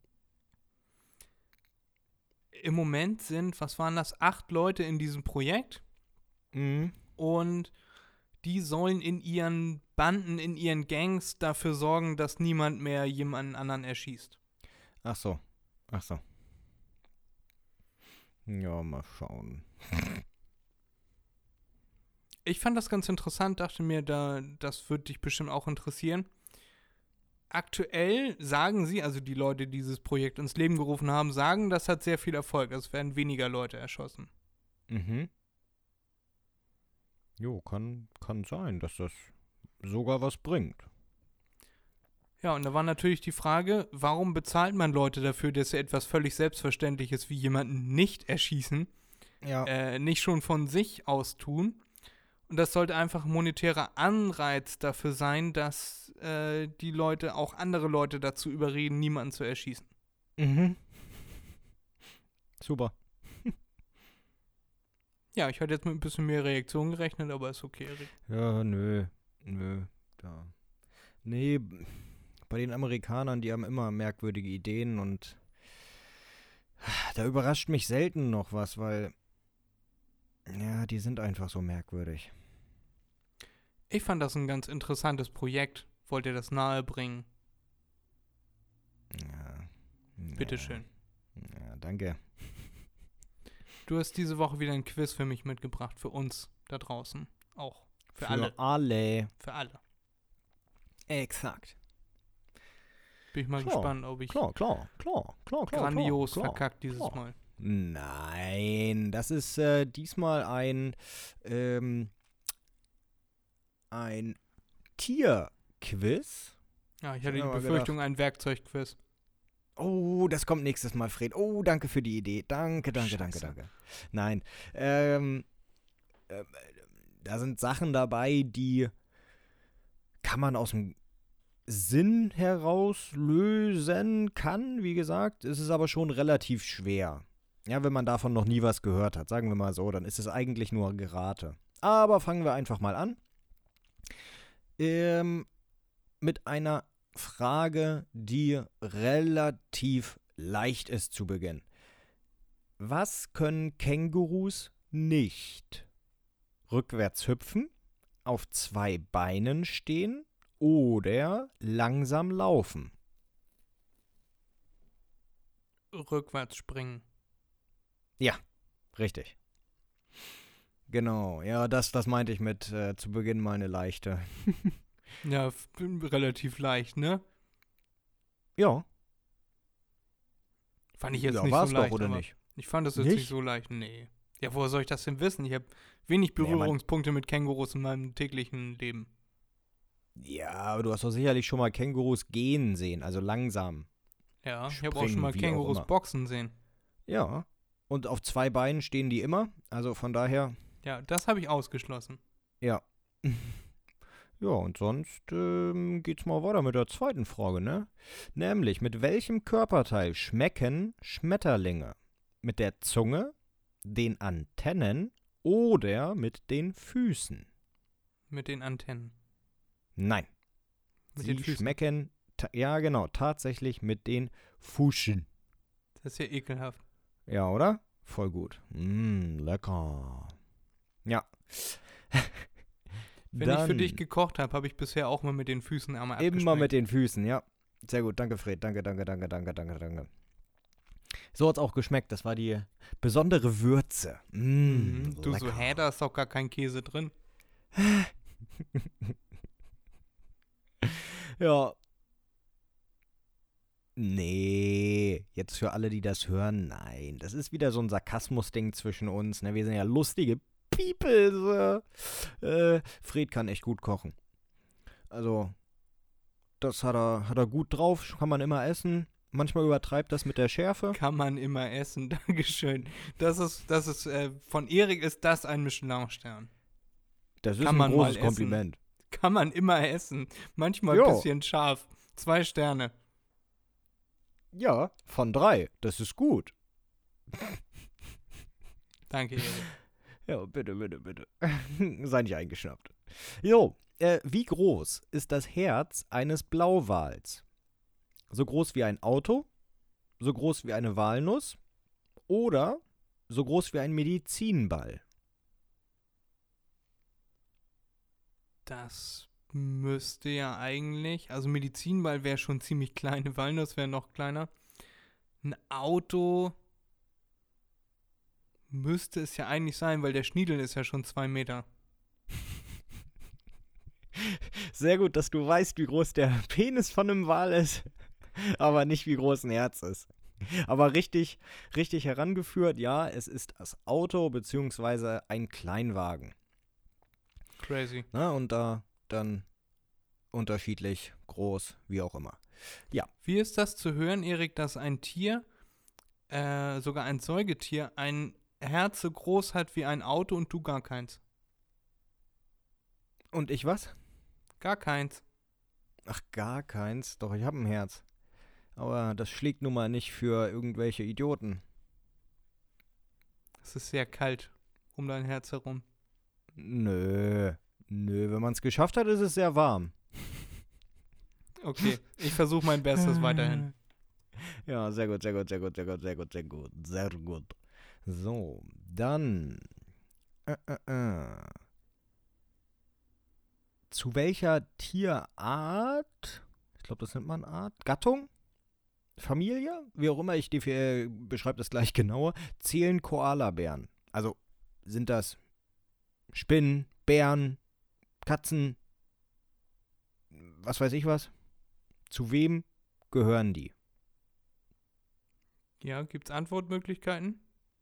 Im Moment sind, was waren das, 8 Leute in diesem Projekt. Und die sollen in ihren Banden, in ihren Gangs dafür sorgen, dass niemand mehr jemanden anderen erschießt. Ach so. Ja, mal schauen. Ich fand das ganz interessant, dachte mir, das würde dich bestimmt auch interessieren. Aktuell sagen sie, also die Leute, die dieses Projekt ins Leben gerufen haben, sagen, das hat sehr viel Erfolg. Es werden weniger Leute erschossen. Jo, kann sein, dass das sogar was bringt. Ja, und da war natürlich die Frage, warum bezahlt man Leute dafür, dass sie etwas völlig Selbstverständliches wie jemanden nicht erschießen, nicht schon von sich aus tun? Und das sollte einfach ein monetärer Anreiz dafür sein, dass die Leute auch andere Leute dazu überreden, niemanden zu erschießen. Mhm. Super. Ja, ich hatte jetzt mit ein bisschen mehr Reaktion gerechnet, aber ist okay, Erik. Ja, nö. Da. Nee, bei den Amerikanern, die haben immer merkwürdige Ideen und da überrascht mich selten noch was, weil, ja, die sind einfach so merkwürdig. Ich fand das ein ganz interessantes Projekt. Wollt ihr das nahebringen? Ja. Bitteschön. Ja, danke. Du hast diese Woche wieder ein Quiz für mich mitgebracht, für uns da draußen. Auch. Für alle. alle. Für alle. Exakt. Bin ich mal Klar, gespannt, ob ich Klar. grandios klar. verkackt dieses Mal. Nein, das ist diesmal ein Tierquiz. Ja, ich hatte die hab mal Befürchtung, ein Werkzeugquiz. Oh, das kommt nächstes Mal, Fred. Oh, danke für die Idee. Danke. Nein, da sind Sachen dabei, die kann man aus dem Sinn herauslösen kann. Wie gesagt, es ist aber schon relativ schwer. Ja, wenn man davon noch nie was gehört hat, sagen wir mal so, dann ist es eigentlich nur Gerate. Aber fangen wir einfach mal an. Mit einer Frage, die relativ leicht ist zu Beginn. Was können Kängurus nicht? Rückwärts hüpfen, auf 2 Beinen stehen oder langsam laufen? Rückwärts springen. Richtig. Genau, ja, das meinte ich mit zu Beginn mal eine leichte. Ja, relativ leicht, ne? Ja. Fand ich jetzt Ja, nicht war's so doch, leicht. oder aber nicht? Ich fand das jetzt nicht Nicht? so leicht, nee. Ja, woher soll ich das denn wissen? Ich habe wenig Berührungspunkte mit Kängurus in meinem täglichen Leben. Ja, aber du hast doch sicherlich schon mal Kängurus gehen sehen, also langsam. Ja, ich habe auch Springen, schon mal wie auch Kängurus immer. boxen sehen. Ja. Und auf 2 Beinen stehen die immer, also von daher, Ja, das habe ich ausgeschlossen. ja. Ja, und sonst geht's mal weiter mit der zweiten Frage, ne? Nämlich, mit welchem Körperteil schmecken Schmetterlinge? Mit der Zunge, den Antennen oder mit den Füßen? Mit den Antennen. Nein. Mit Sie den Füßen. schmecken, ja genau, tatsächlich mit den Fuschen. Das ist ja ekelhaft. Ja, oder? Voll gut. Lecker. Ja. Wenn ich für dich gekocht habe, habe ich bisher auch mal mit den Füßen einmal abgeschmeckt. Immer mit den Füßen, ja. Sehr gut, danke Fred, danke. So hat's auch geschmeckt, das war die besondere Würze. Du so, lecker. da ist doch gar kein Käse drin. Ja. Nee, jetzt für alle, die das hören, nein. Das ist wieder so ein Sarkasmus-Ding zwischen uns, ne? Wir sind ja lustige People. Fred kann echt gut kochen. Also, das hat er gut drauf, kann man immer essen. Manchmal übertreibt das mit der Schärfe. Kann man immer essen, Dankeschön. Das ist, von Erik ist das ein Michelin-Stern. Das ist Kann ein man großes mal Kompliment. Kann man immer essen. Manchmal Jo. ein bisschen scharf. 2 Sterne. Ja, von 3. Das ist gut. Danke, Erik. Ja, bitte. Sei nicht eingeschnappt. Jo, wie groß ist das Herz eines Blauwals? So groß wie ein Auto, so groß wie eine Walnuss oder so groß wie ein Medizinball? Das müsste ja eigentlich, also Medizinball wäre schon ziemlich klein, eine Walnuss wäre noch kleiner. Ein Auto müsste es ja eigentlich sein, weil der Schniedel ist ja schon 2 Meter. Sehr gut, dass du weißt, wie groß der Penis von einem Wal ist, aber nicht wie groß ein Herz ist. Aber richtig herangeführt, ja, es ist das Auto bzw. ein Kleinwagen. Crazy. Na, und da dann unterschiedlich groß, wie auch immer. Wie ist das zu hören, Erik, dass ein Tier, sogar ein Säugetier, ein Herz so groß hat wie ein Auto und du gar keins? Und ich was? Gar keins. Ach, gar keins. Doch, ich habe ein Herz. Aber das schlägt nun mal nicht für irgendwelche Idioten. Es ist sehr kalt um dein Herz herum. Nö, wenn man es geschafft hat, ist es sehr warm. Okay, ich versuche mein Bestes weiterhin. Ja, sehr gut. So, dann. Zu welcher Tierart, ich glaube, das nennt man Art, Gattung, Familie, wie auch immer, ich beschreibe das gleich genauer, zählen Koalabären? Also sind das Spinnen, Bären, Katzen, was weiß ich was? Zu wem gehören die? Ja, gibt's Antwortmöglichkeiten?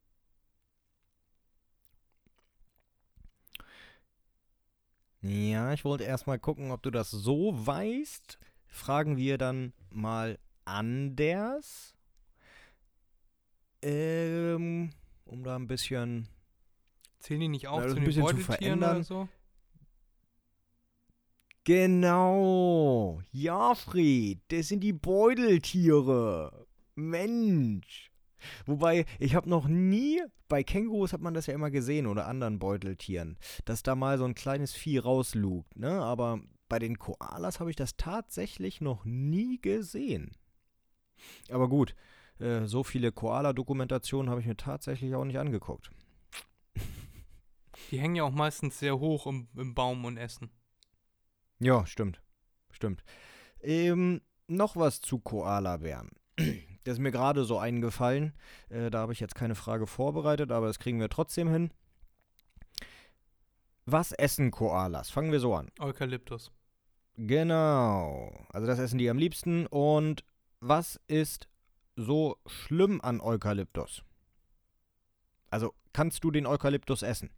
Ja, ich wollte erstmal gucken, ob du das so weißt. Fragen wir dann mal anders. Um da ein bisschen. Zählen die nicht auch Ja, das zu ein den bisschen zu Beuteltieren verändern. oder so? Genau. Ja, Fried, das sind die Beuteltiere. Mensch. Wobei, ich habe noch nie, bei Kängurus hat man das ja immer gesehen oder anderen Beuteltieren, dass da mal so ein kleines Vieh rauslugt, ne? Aber bei den Koalas habe ich das tatsächlich noch nie gesehen. Aber gut, so viele Koala-Dokumentationen habe ich mir tatsächlich auch nicht angeguckt. Die hängen ja auch meistens sehr hoch im Baum und essen. Ja, stimmt. Noch was zu Koalabären. Das ist mir gerade so eingefallen. Da habe ich jetzt keine Frage vorbereitet, aber das kriegen wir trotzdem hin. Was essen Koalas? Fangen wir so an. Eukalyptus. Genau. Also das essen die am liebsten. Und was ist so schlimm an Eukalyptus? Also kannst du den Eukalyptus essen?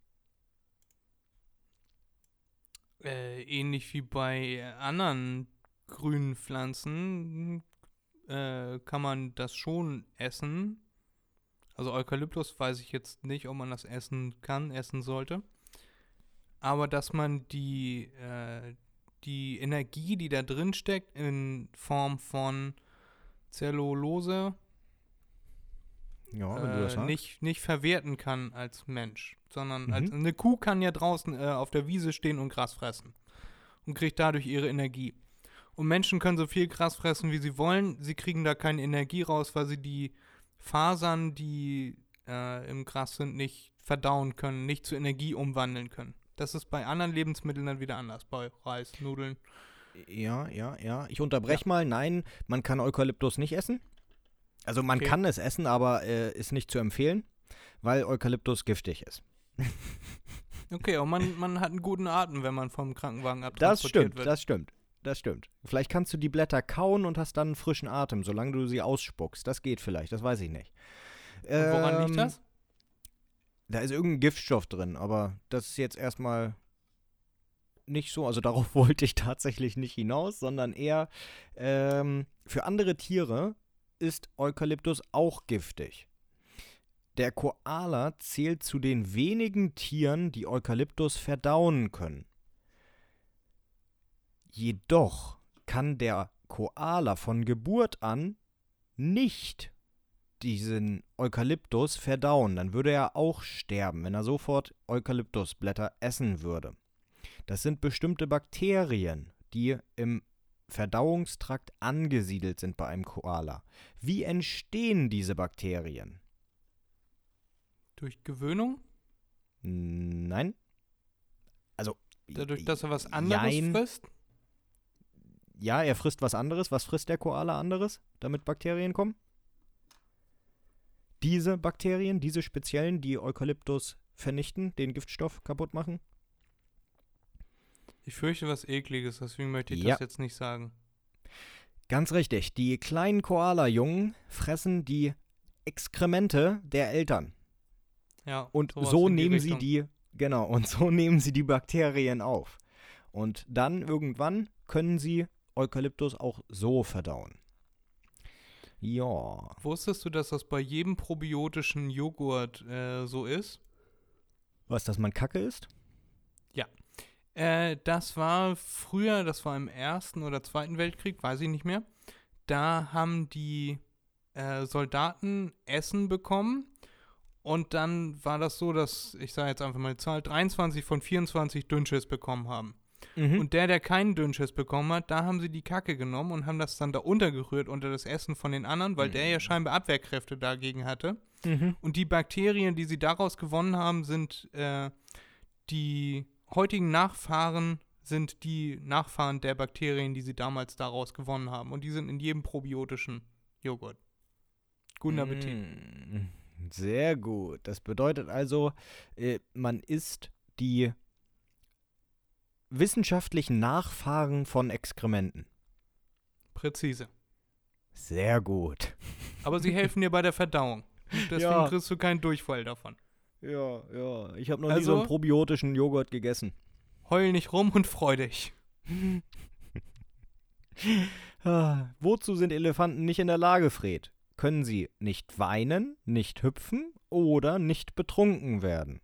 Ähnlich wie bei anderen grünen Pflanzen kann man das schon essen. Also Eukalyptus weiß ich jetzt nicht, ob man das essen sollte. Aber dass man die Energie, die da drin steckt, in Form von Zellulose Ja, wenn du das sagst. nicht verwerten kann als Mensch. Sondern eine Kuh kann ja draußen auf der Wiese stehen und Gras fressen. Und kriegt dadurch ihre Energie. Und Menschen können so viel Gras fressen, wie sie wollen. Sie kriegen da keine Energie raus, weil sie die Fasern, die im Gras sind, nicht verdauen können, nicht zu Energie umwandeln können. Das ist bei anderen Lebensmitteln dann wieder anders. Bei Reis, Nudeln. Ja. Ich unterbreche mal. Nein, man kann Eukalyptus nicht essen. Also man kann es essen, aber ist nicht zu empfehlen, weil Eukalyptus giftig ist. Okay, und man hat einen guten Atem, wenn man vom Krankenwagen abtransportiert wird. Das stimmt. Vielleicht kannst du die Blätter kauen und hast dann einen frischen Atem, solange du sie ausspuckst. Das geht vielleicht, das weiß ich nicht. Und woran liegt das? Da ist irgendein Giftstoff drin, aber das ist jetzt erstmal nicht so. Also darauf wollte ich tatsächlich nicht hinaus, sondern eher für andere Tiere ist Eukalyptus auch giftig. Der Koala zählt zu den wenigen Tieren, die Eukalyptus verdauen können. Jedoch kann der Koala von Geburt an nicht diesen Eukalyptus verdauen. Dann würde er auch sterben, wenn er sofort Eukalyptusblätter essen würde. Das sind bestimmte Bakterien, die im Verdauungstrakt angesiedelt sind bei einem Koala. Wie entstehen diese Bakterien? Durch Gewöhnung? Nein. Also Dadurch, dass er was anderes frisst? Ja, er frisst was anderes. Was frisst der Koala anderes, damit Bakterien kommen? Diese Bakterien, diese speziellen, die Eukalyptus vernichten, den Giftstoff kaputt machen? Ich fürchte was Ekliges, deswegen möchte ich das jetzt nicht sagen. Ganz richtig. Die kleinen Koala-Jungen fressen die Exkremente der Eltern. Ja, und so nehmen sie die Bakterien auf. Und dann irgendwann können sie Eukalyptus auch so verdauen. Ja. Wusstest du, dass das bei jedem probiotischen Joghurt so ist? Was, dass man Kacke isst? Ja. Das war früher, das war im Ersten oder Zweiten Weltkrieg, weiß ich nicht mehr. Da haben die Soldaten Essen bekommen und dann war das so, dass, ich sage jetzt einfach mal die Zahl, 23 von 24 Dünnschiss bekommen haben. Mhm. Und der keinen Dünnschiss bekommen hat, da haben sie die Kacke genommen und haben das dann da untergerührt unter das Essen von den anderen, weil der ja scheinbar Abwehrkräfte dagegen hatte. Mhm. Und die Bakterien, die sie daraus gewonnen haben, sind die heutigen Nachfahren sind die Nachfahren der Bakterien, die sie damals daraus gewonnen haben. Und die sind in jedem probiotischen Joghurt. Guten Appetit. Sehr gut. Das bedeutet also, man isst die wissenschaftlichen Nachfahren von Exkrementen. Präzise. Sehr gut. Aber sie helfen dir bei der Verdauung. Deswegen Ja. kriegst du keinen Durchfall davon. Ja. Ich habe noch nie Also- so einen probiotischen Joghurt gegessen. Heul nicht rum und freu dich. Wozu sind Elefanten nicht in der Lage, Fred? Können sie nicht weinen, nicht hüpfen oder nicht betrunken werden?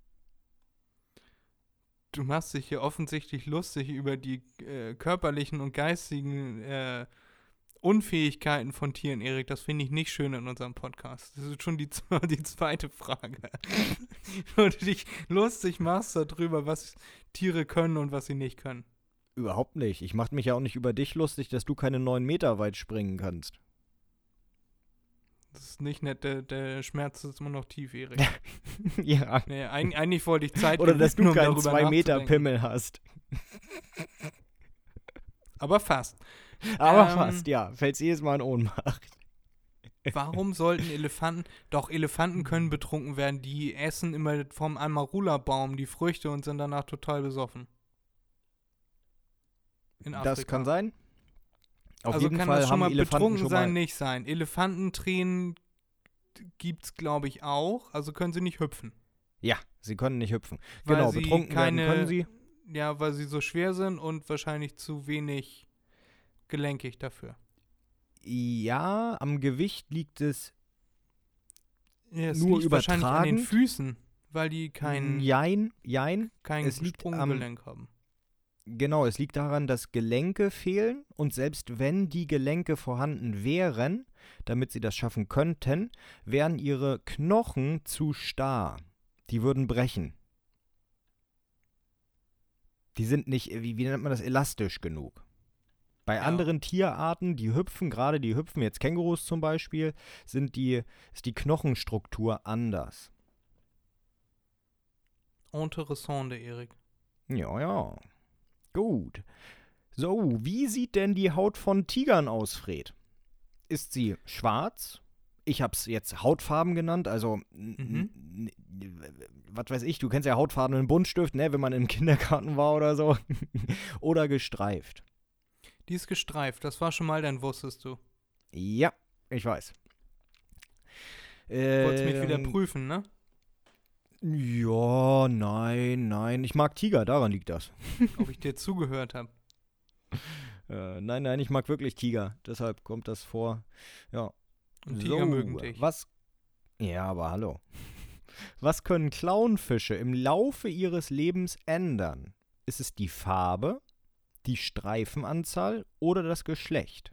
Du machst dich hier offensichtlich lustig über die körperlichen und geistigen Unfähigkeiten von Tieren, Erik. Das finde ich nicht schön in unserem Podcast. Das ist schon die zweite Frage. Wo du dich lustig machst darüber, was Tiere können und was sie nicht können. Überhaupt nicht. Ich mache mich ja auch nicht über dich lustig, dass du keine 9 Meter weit springen kannst. Das ist nicht nett, der Schmerz ist immer noch tief, Erik. Ja. Nee, eigentlich wollte ich Zeit Oder dass du gewinnen, um keinen darüber 2 Meter nachzudenken. Pimmel hast. Aber fast. Aber Ähm, fast, ja. Fällst jedes Mal in Ohnmacht. Warum sollten Elefanten, doch Elefanten können betrunken werden, die essen immer vom Amarula-Baum die Früchte und sind danach total besoffen. In Afrika. Das kann sein. Auf Also jeden kann Fall das schon haben mal Elefanten betrunken schon sein, mal. nicht sein. Elefantentränen gibt's, glaube ich, auch, also können sie nicht hüpfen. Ja, sie können nicht hüpfen. Weil Genau, sie betrunken werden können sie. Ja, weil sie so schwer sind und wahrscheinlich zu wenig gelenkig dafür. Ja, am Gewicht liegt es Ja, es Nur liegt wahrscheinlich an den übertragend? Füßen, weil die kein Jein. es es liegt Sprunggelenk haben. Genau, es liegt daran, dass Gelenke fehlen und selbst wenn die Gelenke vorhanden wären, damit sie das schaffen könnten, wären ihre Knochen zu starr. Die würden brechen. Die sind nicht, wie nennt man das, elastisch genug. Bei Ja. anderen Tierarten, die hüpfen, jetzt Kängurus zum Beispiel, ist die Knochenstruktur anders. Interessante, Erik. Ja. Gut. So, wie sieht denn die Haut von Tigern aus, Fred? Ist sie schwarz? Ich hab's jetzt Hautfarben genannt, also, was weiß ich, du kennst ja hautfarbenen Buntstift, ne, wenn man im Kindergarten war oder so. Oder gestreift. Die ist gestreift, das war schon mal, dann wusstest du. Ja, ich weiß. Wolltest mich wieder prüfen, ne? Ja, nein. Ich mag Tiger, daran liegt das. Ob ich dir zugehört habe. Nein, ich mag wirklich Tiger. Deshalb kommt das vor. Ja. Und Tiger mögen dich. Ja, aber hallo. Was können Clownfische im Laufe ihres Lebens ändern? Ist es die Farbe, die Streifenanzahl oder das Geschlecht?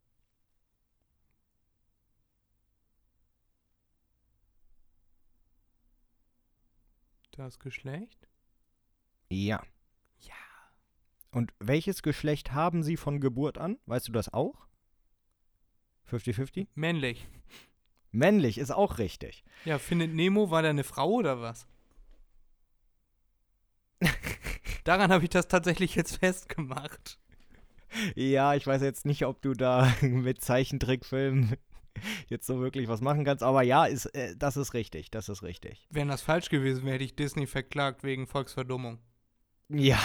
Das Geschlecht? Ja. Und welches Geschlecht haben sie von Geburt an? Weißt du das auch? 50-50? Männlich. Männlich ist auch richtig. Ja, Findet Nemo, war der eine Frau oder was? Daran habe ich das tatsächlich jetzt festgemacht. Ja, ich weiß jetzt nicht, ob du da mit Zeichentrickfilmen jetzt so wirklich was machen kannst, aber ja, das ist richtig. Wäre das falsch gewesen, hätte ich Disney verklagt wegen Volksverdummung. Ja.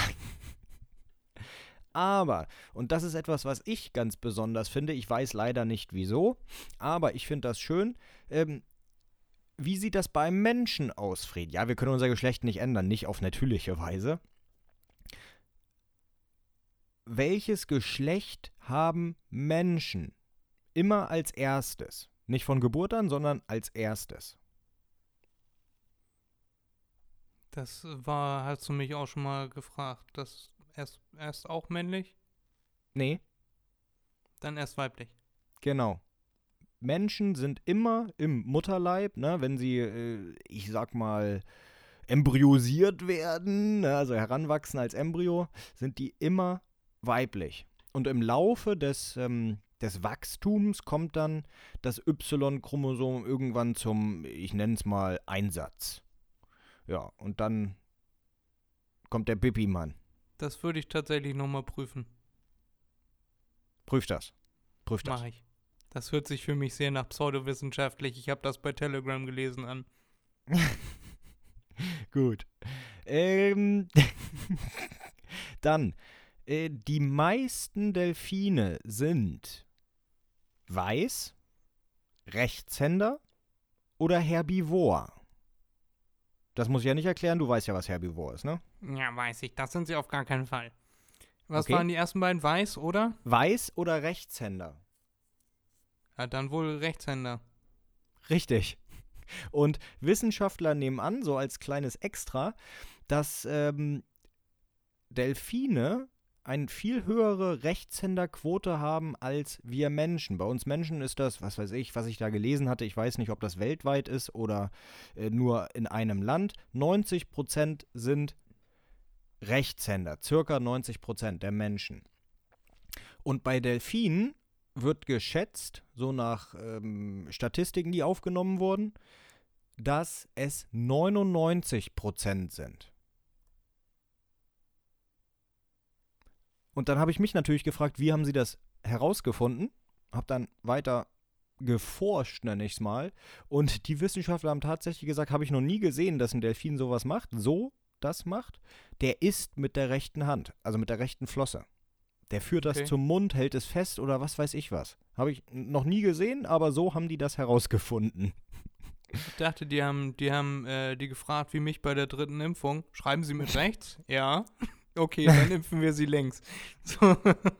Aber, und das ist etwas, was ich ganz besonders finde, ich weiß leider nicht wieso, aber ich finde das schön, wie sieht das beim Menschen aus, Fred? Ja, wir können unser Geschlecht nicht ändern, nicht auf natürliche Weise. Welches Geschlecht haben Menschen immer als erstes? Nicht von Geburt an, sondern als erstes. Hast du mich auch schon mal gefragt. Das erst auch männlich, Nee, dann erst weiblich. genau. Menschen sind immer im Mutterleib, ne, wenn sie, ich sag mal, embryosiert werden, ne, also heranwachsen als Embryo, sind die immer weiblich. Und im Laufe des Wachstums kommt dann das Y-Chromosom irgendwann zum, ich nenne es mal, Einsatz. Ja, und dann kommt der Bipi-Mann. Das würde ich tatsächlich nochmal prüfen. Prüf das. Prüf das. Mache ich. Das hört sich für mich sehr nach pseudowissenschaftlich. Ich habe das bei Telegram gelesen an. Gut. Dann, die meisten Delfine sind weiß, Rechtshänder oder Herbivor. Das muss ich ja nicht erklären, du weißt ja, was Herbivor ist, ne? Ja, weiß ich. Das sind sie auf gar keinen Fall. Was Okay. waren die ersten beiden? Weiß, oder? Weiß oder Rechtshänder? Ja, dann wohl Rechtshänder. Richtig. Und Wissenschaftler nehmen an, so als kleines Extra, dass Delfine eine viel höhere Rechtshänderquote haben als wir Menschen. Bei uns Menschen ist das, was weiß ich, was ich da gelesen hatte, ich weiß nicht, ob das weltweit ist oder nur in einem Land. 90% sind Rechtshänder, circa 90% der Menschen. Und bei Delfinen wird geschätzt, so nach Statistiken, die aufgenommen wurden, dass es 99% sind. Und dann habe ich mich natürlich gefragt, wie haben sie das herausgefunden? Habe dann weiter geforscht, nenne ich es mal. Und die Wissenschaftler haben tatsächlich gesagt, habe ich noch nie gesehen, dass ein Delfin sowas macht. So das macht. Der isst mit der rechten Hand, also mit der rechten Flosse. Der führt das Okay. zum Mund, hält es fest oder was weiß ich was. Habe ich noch nie gesehen, aber so haben die das herausgefunden. Ich dachte, die haben die gefragt, wie mich bei der 3. Impfung. Schreiben Sie mit rechts? Ja. Okay, dann impfen wir sie links. So.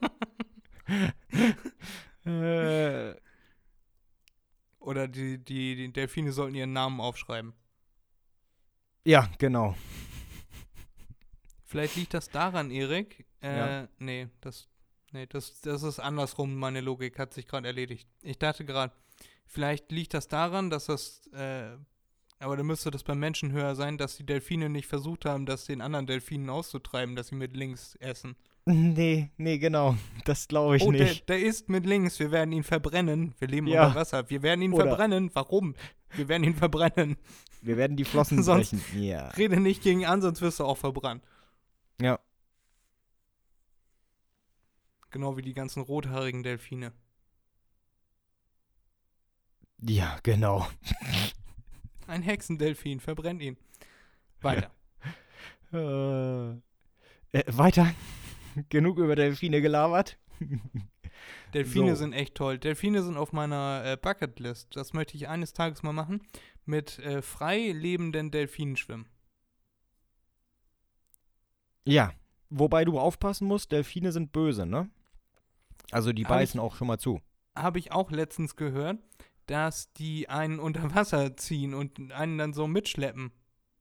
Oder die Delfine sollten ihren Namen aufschreiben. Ja, genau. Vielleicht liegt das daran, Erik. Ja. Das ist andersrum. Meine Logik hat sich gerade erledigt. Ich dachte gerade, vielleicht liegt das daran, dass aber dann müsste das beim Menschen höher sein, dass die Delfine nicht versucht haben, das den anderen Delfinen auszutreiben, dass sie mit links essen. Nee, genau. Das glaube ich Oh, nicht. der isst mit links. Wir werden ihn verbrennen. Wir leben Ja. unter Wasser. Wir werden ihn Oder- verbrennen. Warum? Wir werden ihn verbrennen. Wir werden die Flossen Sonst- brechen. Ja. Rede nicht gegen an, sonst wirst du auch verbrannt. Ja. Genau wie die ganzen rothaarigen Delfine. Ja, genau. Ein Hexendelfin, verbrennt ihn. Weiter. Weiter. Genug über Delfine gelabert. Delfine So. sind echt toll. Delfine sind auf meiner Bucketlist. Das möchte ich eines Tages mal machen. Mit frei lebenden Delfinen schwimmen. Ja. Wobei du aufpassen musst, Delfine sind böse, ne? Also die Hab beißen ich- auch schon mal zu. Habe ich auch letztens gehört, dass die einen unter Wasser ziehen und einen dann so mitschleppen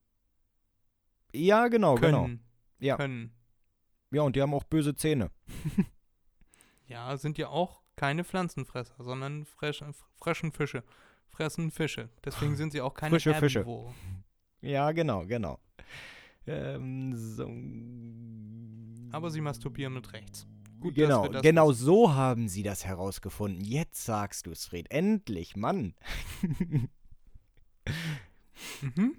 Ja, genau. können. Ja. Können. Ja, und die haben auch böse Zähne. Ja, sind ja auch keine Pflanzenfresser, sondern frischen Fische. Fressen Fische. Deswegen sind sie auch keine Frische Fische. Herbivore. Ja, genau. So. Aber sie masturbieren mit rechts. Gut, Genau, dass wir das genau wissen. so haben sie das herausgefunden. Jetzt sagst du es, Fred. Endlich, Mann. Mhm.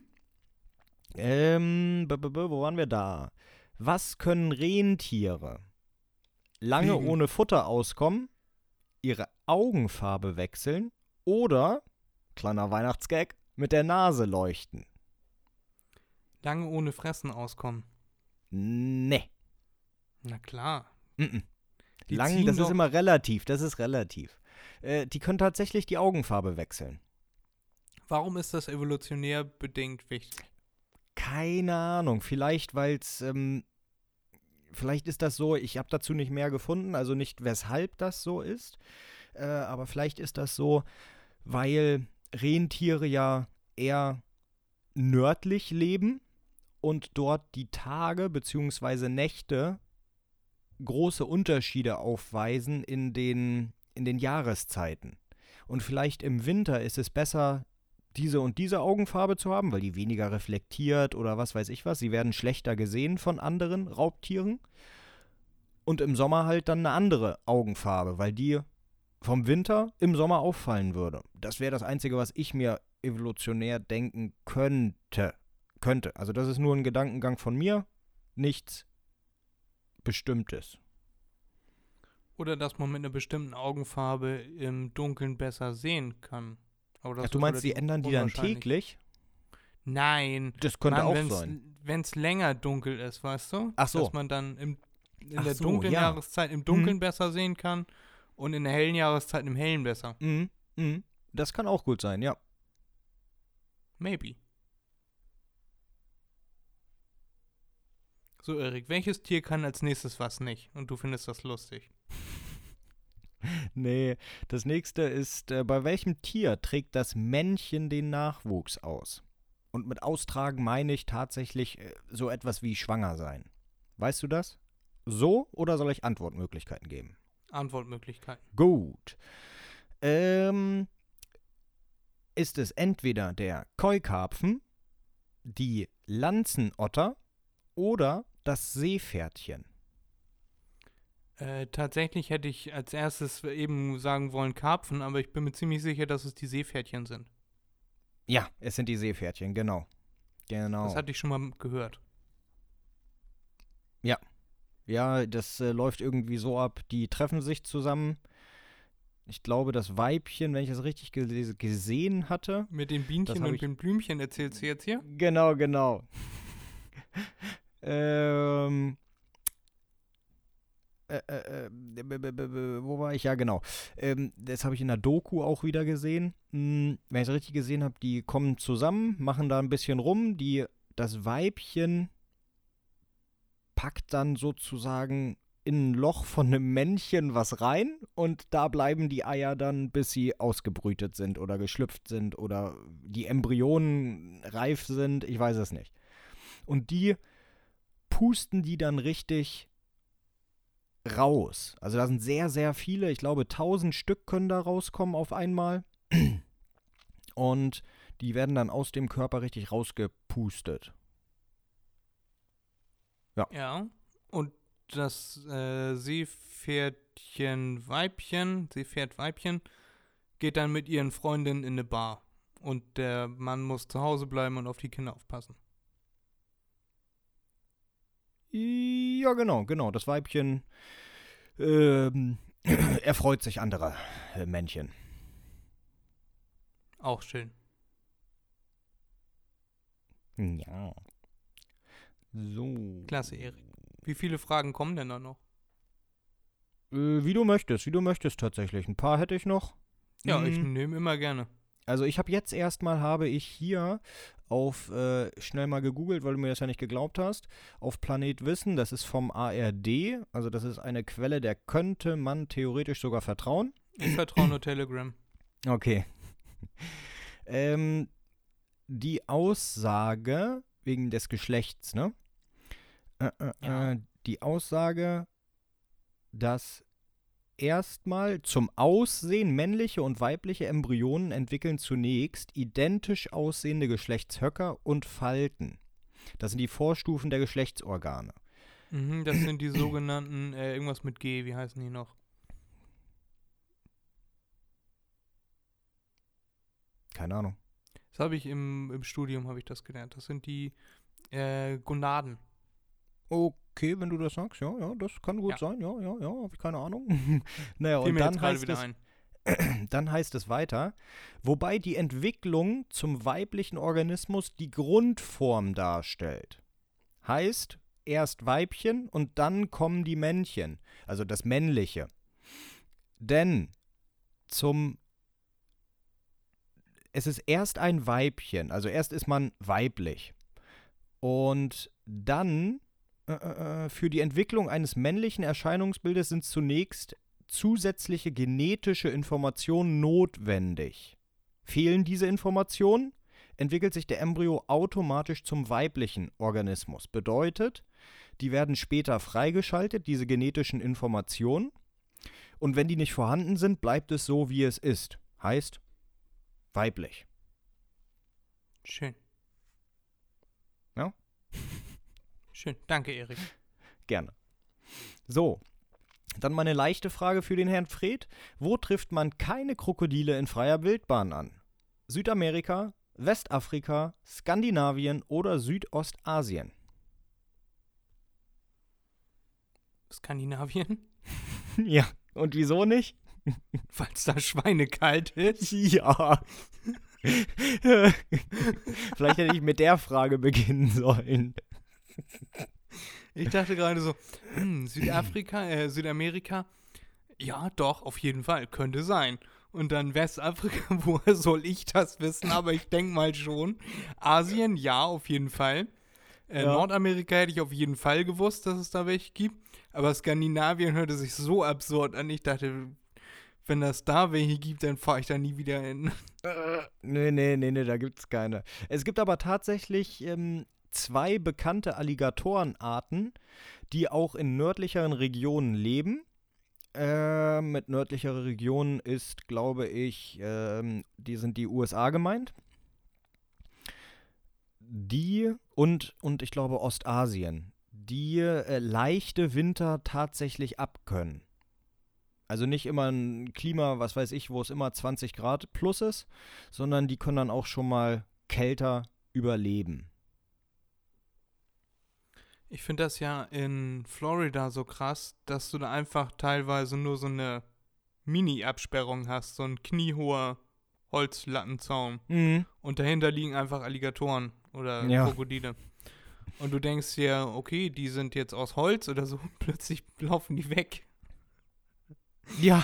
Wo waren wir da? Was können Rentiere? Lange Fliegen. ohne Futter auskommen, ihre Augenfarbe wechseln oder, kleiner Weihnachtsgag, mit der Nase leuchten? Lange ohne Fressen auskommen. Nee. Na klar. Mm-mm. Die Lang, ziehen das doch- ist immer relativ, das ist relativ. Die können tatsächlich die Augenfarbe wechseln. Warum ist das evolutionär bedingt wichtig? Keine Ahnung, vielleicht weil es, vielleicht ist das so, ich habe dazu nicht mehr gefunden, also nicht weshalb das so ist, aber vielleicht ist das so, weil Rentiere ja eher nördlich leben und dort die Tage bzw. Nächte große Unterschiede aufweisen in den Jahreszeiten. Und vielleicht im Winter ist es besser, diese und diese Augenfarbe zu haben, weil die weniger reflektiert oder was weiß ich was. Sie werden schlechter gesehen von anderen Raubtieren. Und im Sommer halt dann eine andere Augenfarbe, weil die vom Winter im Sommer auffallen würde. Das wäre das Einzige, was ich mir evolutionär denken könnte. Also das ist nur ein Gedankengang von mir, nichts Bestimmtes. Oder dass man mit einer bestimmten Augenfarbe im Dunkeln besser sehen kann. Aber das Ach, du ist meinst, die relativ ändern die dann unwahrscheinlich. täglich? Nein. Das könnte auch Mann, sein. Wenn es länger dunkel ist, weißt du? Ach so. Dass man dann in Ach der so, dunklen ja. Jahreszeit im Dunkeln besser sehen kann und in der hellen Jahreszeit im Hellen besser. Das kann auch gut sein, ja. Maybe. So, Erik, welches Tier kann als nächstes was nicht? Und du findest das lustig. Nee, das nächste ist, bei welchem Tier trägt das Männchen den Nachwuchs aus? Und mit austragen meine ich tatsächlich so etwas wie schwanger sein. Weißt du das? So oder soll ich Antwortmöglichkeiten geben? Antwortmöglichkeiten. Gut. Ist es entweder der Keukarpfen, die Lanzenotter oder das Seepferdchen? Tatsächlich hätte ich als erstes eben sagen wollen Karpfen, aber ich bin mir ziemlich sicher, dass es die Seepferdchen sind. Ja, es sind die Seepferdchen, genau. Das hatte ich schon mal gehört. Ja, das läuft irgendwie so ab, die treffen sich zusammen. Ich glaube, das Weibchen, wenn ich das richtig gesehen hatte. Mit den Bienchen und den Blümchen erzählst du jetzt hier? Genau. Wo war ich? Ja, genau. Das habe ich in der Doku auch wieder gesehen. Wenn ich es richtig gesehen habe, die kommen zusammen, machen da ein bisschen rum. Das Weibchen packt dann sozusagen in ein Loch von einem Männchen was rein und da bleiben die Eier dann, bis sie ausgebrütet sind oder geschlüpft sind oder die Embryonen reif sind. Ich weiß es nicht. Und die pusten die dann richtig raus. Also da sind sehr, sehr viele. Ich glaube, 1000 Stück können da rauskommen auf einmal. Und die werden dann aus dem Körper richtig rausgepustet. Ja. Und das Seepferdweibchen geht dann mit ihren Freundinnen in eine Bar. Und der Mann muss zu Hause bleiben und auf die Kinder aufpassen. Ja, genau. Das Weibchen erfreut sich anderer Männchen. Auch schön. Ja. So. Klasse, Erik. Wie viele Fragen kommen denn da noch? Wie du möchtest tatsächlich. Ein paar hätte ich noch. Ja, ich nehme immer gerne. Also ich habe ich hier auf schnell mal gegoogelt, weil du mir das ja nicht geglaubt hast, auf Planet Wissen, das ist vom ARD, also das ist eine Quelle, der könnte man theoretisch sogar vertrauen. Ich vertraue nur Telegram. Okay. Die Aussage wegen des Geschlechts, ne? Ja. Die Aussage, dass erstmal zum Aussehen männliche und weibliche Embryonen entwickeln zunächst identisch aussehende Geschlechtshöcker und Falten. Das sind die Vorstufen der Geschlechtsorgane. Das sind die sogenannten, irgendwas mit G, wie heißen die noch? Keine Ahnung. Das habe ich im Studium, habe ich das gelernt. Das sind die Gonaden. Okay, wenn du das sagst, ja, das kann gut sein, ja, habe ich keine Ahnung. Naja, und dann heißt es weiter, wobei die Entwicklung zum weiblichen Organismus die Grundform darstellt. Heißt, erst Weibchen und dann kommen die Männchen, also das Männliche. Denn es ist erst ein Weibchen, also erst ist man weiblich. Und dann für die Entwicklung eines männlichen Erscheinungsbildes sind zunächst zusätzliche genetische Informationen notwendig. Fehlen diese Informationen, entwickelt sich der Embryo automatisch zum weiblichen Organismus. Bedeutet, die werden später freigeschaltet, diese genetischen Informationen. Und wenn die nicht vorhanden sind, bleibt es so, wie es ist. Heißt, weiblich. Schön. Ja? Schön. Danke, Erik. Gerne. So, dann mal eine leichte Frage für den Herrn Fred. Wo trifft man keine Krokodile in freier Wildbahn an? Südamerika, Westafrika, Skandinavien oder Südostasien? Skandinavien? Ja, und wieso nicht? Weil es da schweinekalt ist. Ja. Vielleicht hätte ich mit der Frage beginnen sollen. Ich dachte gerade so, Südamerika, ja doch, auf jeden Fall, könnte sein. Und dann Westafrika, woher soll ich das wissen? Aber ich denke mal schon. Asien, ja, auf jeden Fall. Nordamerika hätte ich auf jeden Fall gewusst, dass es da welche gibt. Aber Skandinavien hörte sich so absurd an. Ich dachte, wenn das da welche gibt, dann fahre ich da nie wieder hin. Nee, da gibt's keine. Es gibt aber tatsächlich 2 bekannte Alligatorenarten, die auch in nördlicheren Regionen leben. Mit nördlicherer Region ist, glaube ich, sind die USA gemeint. Die und ich glaube Ostasien, die leichte Winter tatsächlich abkönnen. Also nicht immer ein Klima, was weiß ich, wo es immer 20 Grad plus ist, sondern die können dann auch schon mal kälter überleben. Ich finde das ja in Florida so krass, dass du da einfach teilweise nur so eine Mini-Absperrung hast, so ein kniehoher Holzlattenzaun. Mhm. Und dahinter liegen einfach Alligatoren oder Ja. Krokodile. Und du denkst dir, okay, die sind jetzt aus Holz oder so, plötzlich laufen die weg. Ja.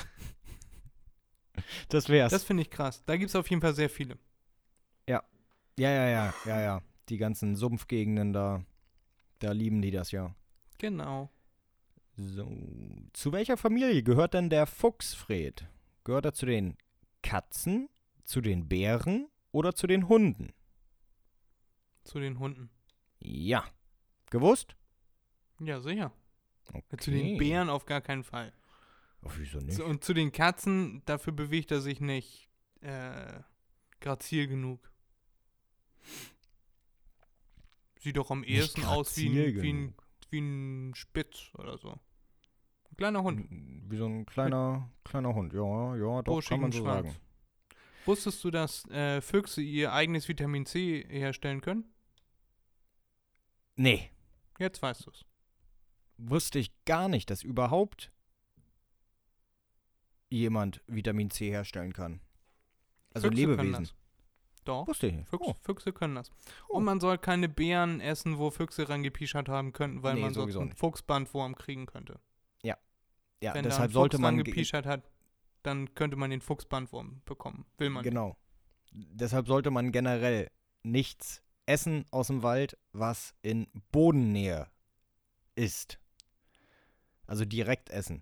Das wär's. Das finde ich krass. Da gibt es auf jeden Fall sehr viele. Ja. Die ganzen Sumpfgegenden da lieben die das ja. Genau. So. Zu welcher Familie gehört denn der Fuchs, Fred? Gehört er zu den Katzen, zu den Bären oder zu den Hunden? Zu den Hunden. Ja. Gewusst? Ja, sicher. Okay. Zu den Bären auf gar keinen Fall. Oh, wieso nicht? Und zu den Katzen, dafür bewegt er sich nicht grazil genug. Sieht doch am ehesten aus wie ein Spitz oder so. Ein kleiner Hund. Wie so ein kleiner Hund. Ja, doch, kann man so sagen. Wusstest du, dass Füchse ihr eigenes Vitamin C herstellen können? Nee, Jetzt weißt du es. wusste ich gar nicht, dass überhaupt jemand Vitamin C herstellen kann. Also Füchse können Lebewesen. das. Doch, Wusste ich nicht. Füchse können das. Oh. Und man soll keine Beeren essen, wo Füchse rangepischert haben könnten, weil Nee, man sonst sowieso einen nicht. Fuchsbandwurm kriegen könnte. Ja, Wenn deshalb da ein sollte Fuchs man rangepischert hat, dann könnte man den Fuchsbandwurm bekommen. Will man nicht. genau. Deshalb sollte man generell nichts essen aus dem Wald, was in Bodennähe ist. Also direkt essen.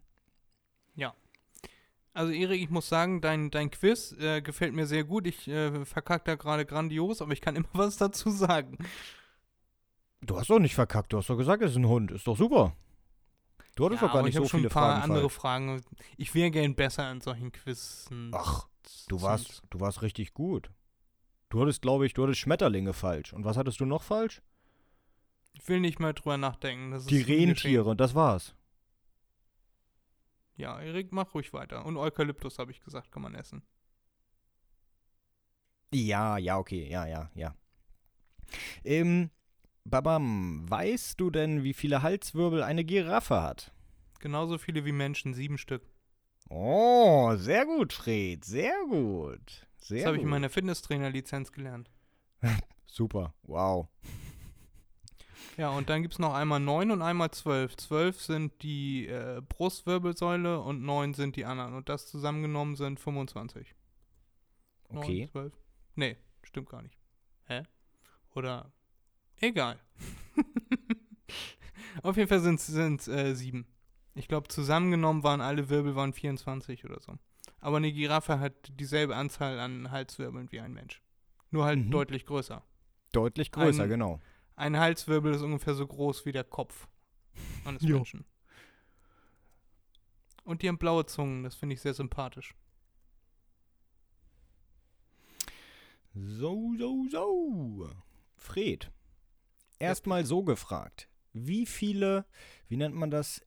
Also Erik, ich muss sagen, dein Quiz gefällt mir sehr gut. Ich verkacke da gerade grandios, aber ich kann immer was dazu sagen. Du hast doch nicht verkackt, du hast doch gesagt, es ist ein Hund. Ist doch super. Du hattest doch gar aber nicht ich so habe schon viele ein paar Fragen andere falsch. Fragen. Ich wäre gern besser in solchen Quizzen. Ach, du warst richtig gut. Du hattest Schmetterlinge falsch. Und was hattest du noch falsch? Ich will nicht mehr drüber nachdenken. Das Die ist nie geschehen. Rentiere, und das war's. Ja, Erik, mach ruhig weiter. Und Eukalyptus, habe ich gesagt, kann man essen. Ja, okay, ja. Babam, weißt du denn, wie viele Halswirbel eine Giraffe hat? Genauso viele wie Menschen, 7 Stück. Oh, sehr gut, Fred, sehr gut. Das habe ich in meiner Fitnesstrainer-Lizenz gelernt. Super, wow. Ja, und dann gibt es noch einmal 9 und einmal 12. 12 sind die Brustwirbelsäule und 9 sind die anderen. Und das zusammengenommen sind 25. Okay. 9, 12. Nee, stimmt gar nicht. Hä? Oder? Egal. Auf jeden Fall sind es 7. Ich glaube, zusammengenommen waren alle Wirbel 24 oder so. Aber eine Giraffe hat dieselbe Anzahl an Halswirbeln wie ein Mensch. Nur halt Mhm. deutlich größer. Deutlich größer, Ein- genau. Ein Halswirbel ist ungefähr so groß wie der Kopf eines Jo. Menschen. Und die haben blaue Zungen, das finde ich sehr sympathisch. So. Fred, erstmal so gefragt. Wie viele, wie nennt man das,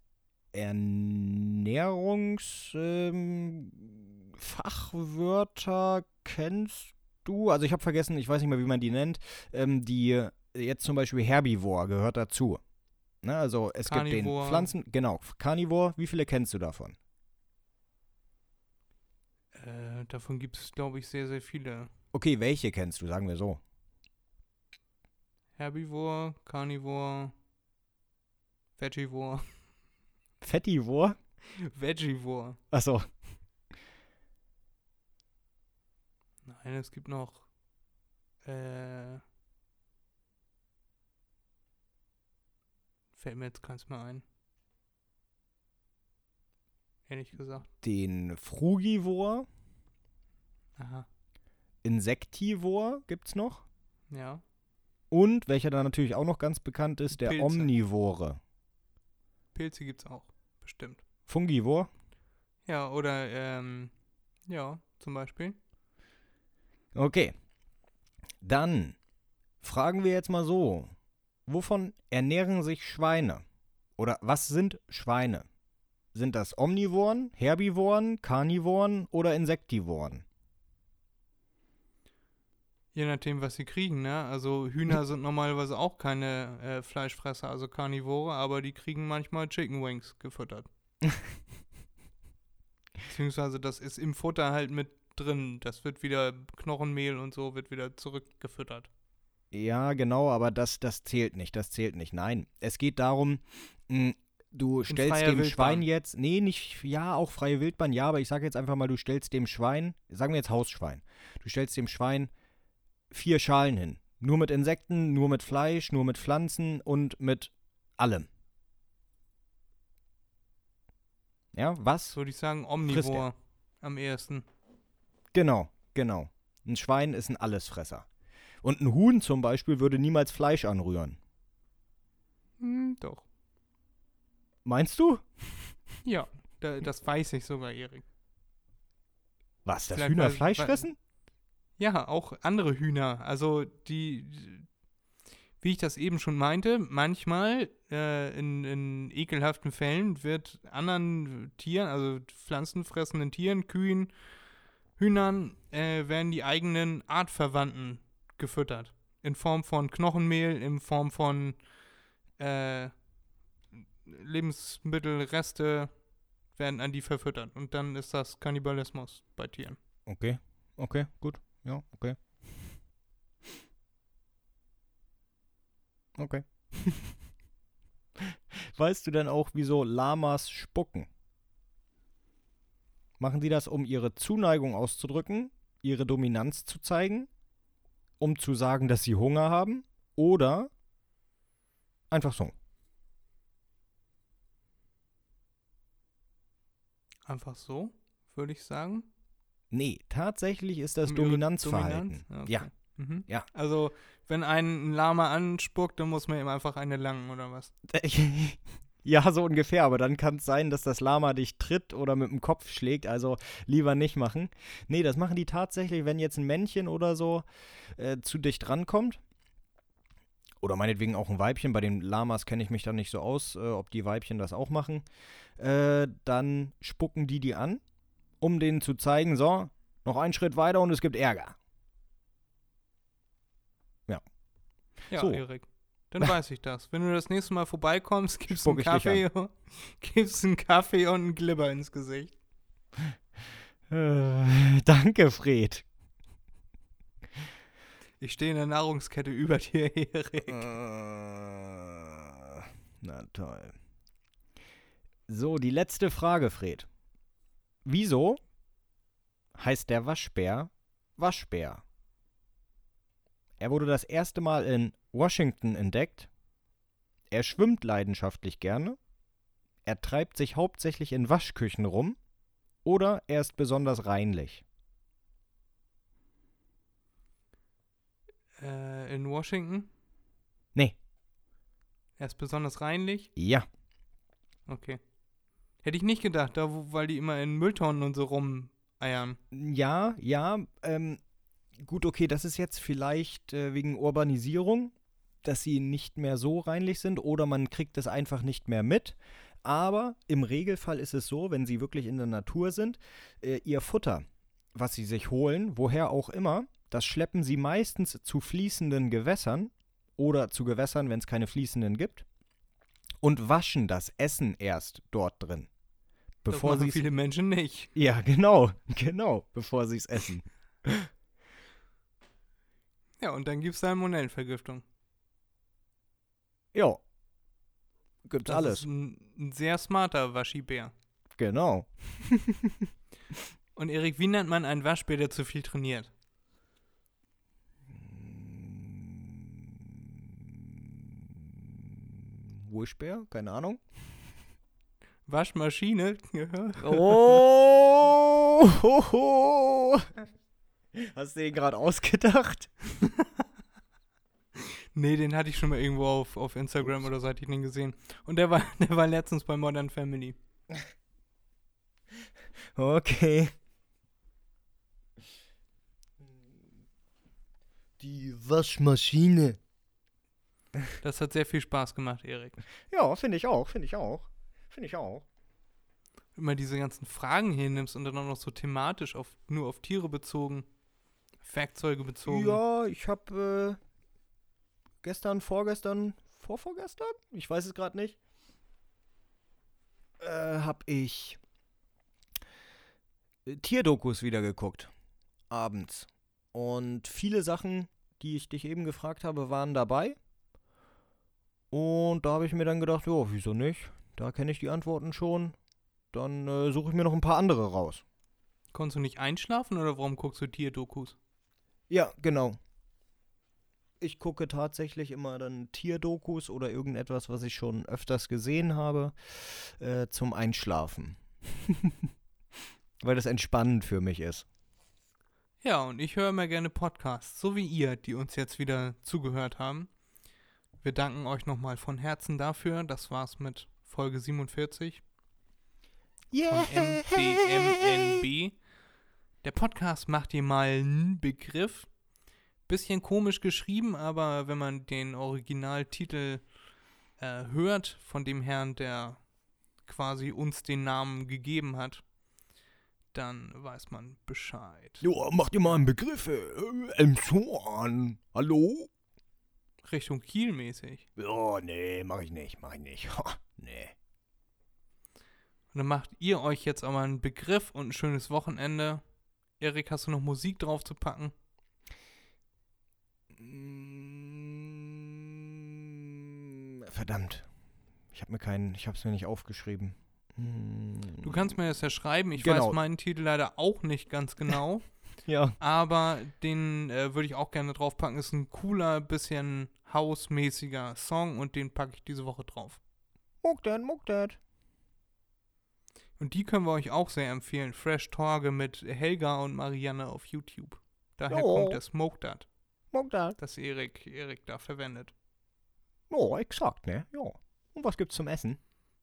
Fachwörter kennst du? Also ich habe vergessen, ich weiß nicht mehr, wie man die nennt, die jetzt zum Beispiel Herbivor gehört dazu. Ne, also es gibt den Carnivore. Pflanzen, genau, Carnivore, wie viele kennst du davon? Davon gibt es, glaube ich, sehr, sehr viele. Okay, welche kennst du, sagen wir so? Herbivore, Carnivore, Vegivore. Fettivore? Vegivore. Achso, Nein, es gibt noch fällt mir jetzt keins mehr ein. Ehrlich gesagt. den Frugivor, Aha. Insektivor gibt's noch. Ja. Und, welcher da natürlich auch noch ganz bekannt ist, der Pilze. Omnivore. Pilze gibt's auch. Bestimmt. Fungivor? Ja, oder ja, zum Beispiel. Okay. Dann fragen wir jetzt mal so. Wovon ernähren sich Schweine? Oder was sind Schweine? Sind das Omnivoren, Herbivoren, Carnivoren oder Insektivoren? Je nachdem, was sie kriegen, ne? Also Hühner sind normalerweise auch keine Fleischfresser, also Karnivore, aber die kriegen manchmal Chicken Wings gefüttert. Beziehungsweise das ist im Futter halt mit drin. Das wird wieder Knochenmehl und so wird wieder zurückgefüttert. Ja, genau, aber das zählt nicht, Nein, es geht darum, du stellst freier dem Wildbahn. Schwein jetzt, nee, nicht, ja, auch freie Wildbahn, ja, aber ich sage jetzt einfach mal, du stellst dem Schwein, sagen wir jetzt Hausschwein, du stellst dem Schwein 4 Schalen hin. Nur mit Insekten, nur mit Fleisch, nur mit Pflanzen und mit allem. Ja, was? Das würde ich sagen, Frisst Omnivore am ehesten. Genau. Ein Schwein ist ein Allesfresser. Und ein Huhn zum Beispiel würde niemals Fleisch anrühren. Doch. Meinst du? Ja, das weiß ich sogar, Erik. Was, dass Vielleicht Hühner weil- Fleisch weil- fressen? Ja, auch andere Hühner. Also wie ich das eben schon meinte, manchmal in ekelhaften Fällen wird anderen Tieren, also pflanzenfressenden Tieren, Kühen, Hühnern, werden die eigenen Artverwandten gefüttert. In Form von Knochenmehl, in Form von Lebensmittelreste werden an die verfüttert. Und dann ist das Kannibalismus bei Tieren. Okay, gut. Ja, okay. Okay. Weißt du denn auch, wieso Lamas spucken? Machen sie das, um ihre Zuneigung auszudrücken, ihre Dominanz zu zeigen, um zu sagen, dass sie Hunger haben, oder einfach so? Einfach so, würde ich sagen. Nee, tatsächlich ist das Um ihre Dominanzverhalten. Dominanz? Okay. Ja. Mhm. Ja. Also, wenn ein Lama anspuckt, dann muss man ihm einfach eine langen, oder was? Ja, so ungefähr, aber dann kann es sein, dass das Lama dich tritt oder mit dem Kopf schlägt, also lieber nicht machen. Nee, das machen die tatsächlich, wenn jetzt ein Männchen oder so zu dicht rankommt. Oder meinetwegen auch ein Weibchen, bei den Lamas kenne ich mich dann nicht so aus, ob die Weibchen das auch machen. Dann spucken die an, um denen zu zeigen, so, noch einen Schritt weiter und es gibt Ärger. Ja, So. Erik. Dann weiß ich das. Wenn du das nächste Mal vorbeikommst, gibst Spuck einen ich dich Kaffee, gibst einen Kaffee und einen Glibber ins Gesicht. Danke, Fred. Ich stehe in der Nahrungskette über dir, Erik. Na toll. So, die letzte Frage, Fred. Wieso heißt der Waschbär Waschbär? Er wurde das erste Mal in Washington entdeckt. Er schwimmt leidenschaftlich gerne. Er treibt sich hauptsächlich in Waschküchen rum. Oder er ist besonders reinlich. In Washington? Nee. Er ist besonders reinlich? Ja. Okay. Hätte ich nicht gedacht, weil die immer in Mülltonnen und so rumeiern. Ja, gut, okay, das ist jetzt vielleicht wegen Urbanisierung, dass sie nicht mehr so reinlich sind oder man kriegt es einfach nicht mehr mit. Aber im Regelfall ist es so, wenn sie wirklich in der Natur sind, ihr Futter, was sie sich holen, woher auch immer, das schleppen sie meistens zu fließenden Gewässern oder zu Gewässern, wenn es keine fließenden gibt, und waschen das Essen erst dort drin. Das machen viele Menschen nicht. Ja, genau, bevor sie es essen. Ja, und dann gibt's Salmonellenvergiftung. Ja. Gibt's Das alles. ist ein sehr smarter Waschibär. Genau. Und Erik, wie nennt man einen Waschbär, der zu viel trainiert? Wuschbär? Keine Ahnung. Waschmaschine? Oh! Hast du den gerade ausgedacht? Nee, den hatte ich schon mal irgendwo auf Instagram oder so, hatte ich den gesehen. Und der war letztens bei Modern Family. Okay. Die Waschmaschine. Das hat sehr viel Spaß gemacht, Erik. Ja, finde ich auch. Wenn man diese ganzen Fragen hier nimmst und dann auch noch so thematisch nur auf Tiere bezogen, Werkzeuge bezogen. Ja, ich habe gestern, vorgestern, vorvorgestern, ich weiß es gerade nicht, habe ich Tierdokus wieder geguckt, abends. Und viele Sachen, die ich dich eben gefragt habe, waren dabei. Und da habe ich mir dann gedacht, ja, wieso nicht? Da kenne ich die Antworten schon. Dann suche ich mir noch ein paar andere raus. Konntest du nicht einschlafen oder warum guckst du Tierdokus? Ja, genau. Ich gucke tatsächlich immer dann Tierdokus oder irgendetwas, was ich schon öfters gesehen habe, zum Einschlafen. Weil das entspannend für mich ist. Ja, und ich höre immer gerne Podcasts, so wie ihr, die uns jetzt wieder zugehört haben. Wir danken euch nochmal von Herzen dafür. Das war's mit Folge 47 von MDMNB. Der Podcast macht dir mal einen Begriff. Bisschen komisch geschrieben, aber wenn man den Originaltitel hört von dem Herrn, der quasi uns den Namen gegeben hat, dann weiß man Bescheid. Ja, mach dir mal einen Begriff. Elmshorn. Hallo? Richtung Kiel mäßig. Ja, nee, mach ich nicht. Ha, nee. Und dann macht ihr euch jetzt auch mal einen Begriff und ein schönes Wochenende. Erik, hast du noch Musik drauf zu packen? Verdammt. Ich hab's mir nicht aufgeschrieben. Du kannst mir das ja schreiben. Ich Genau. weiß meinen Titel leider auch nicht ganz genau. Ja. Aber den würde ich auch gerne draufpacken. Ist ein cooler, bisschen hausmäßiger Song und den packe ich diese Woche drauf. Muck that. Und die können wir euch auch sehr empfehlen. Fresh Torge mit Helga und Marianne auf YouTube. Daher kommt der Smoke That, Muck that. das Erik da verwendet. Oh, exakt, ne? Ja. Und was gibt's zum Essen?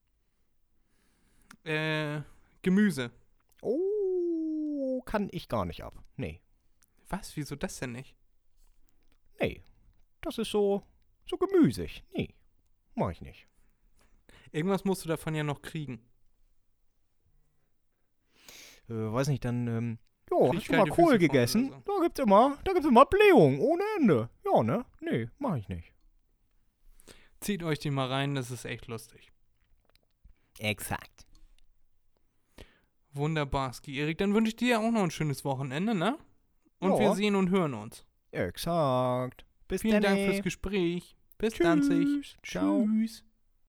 Gemüse. Oh, kann ich gar nicht ab. Nee. Was? Wieso das denn nicht? Nee. Das ist so gemüsig. Nee. Mach ich nicht. Irgendwas musst du davon ja noch kriegen. Weiß nicht, dann, Krieg hast ich du mal kalte Kohl Füße von gegessen? oder Da gibt's immer Blähung ohne Ende. Ja, ne? Nee, mach ich nicht. Zieht euch die mal rein, das ist echt lustig. Exakt. Wunderbar, Ski Erik. Dann wünsche ich dir auch noch ein schönes Wochenende, ne? Und Ja. wir sehen und hören uns. Exakt. Bis Vielen dann. Dank fürs Gespräch. Bis dann. Ciao. Tschüss.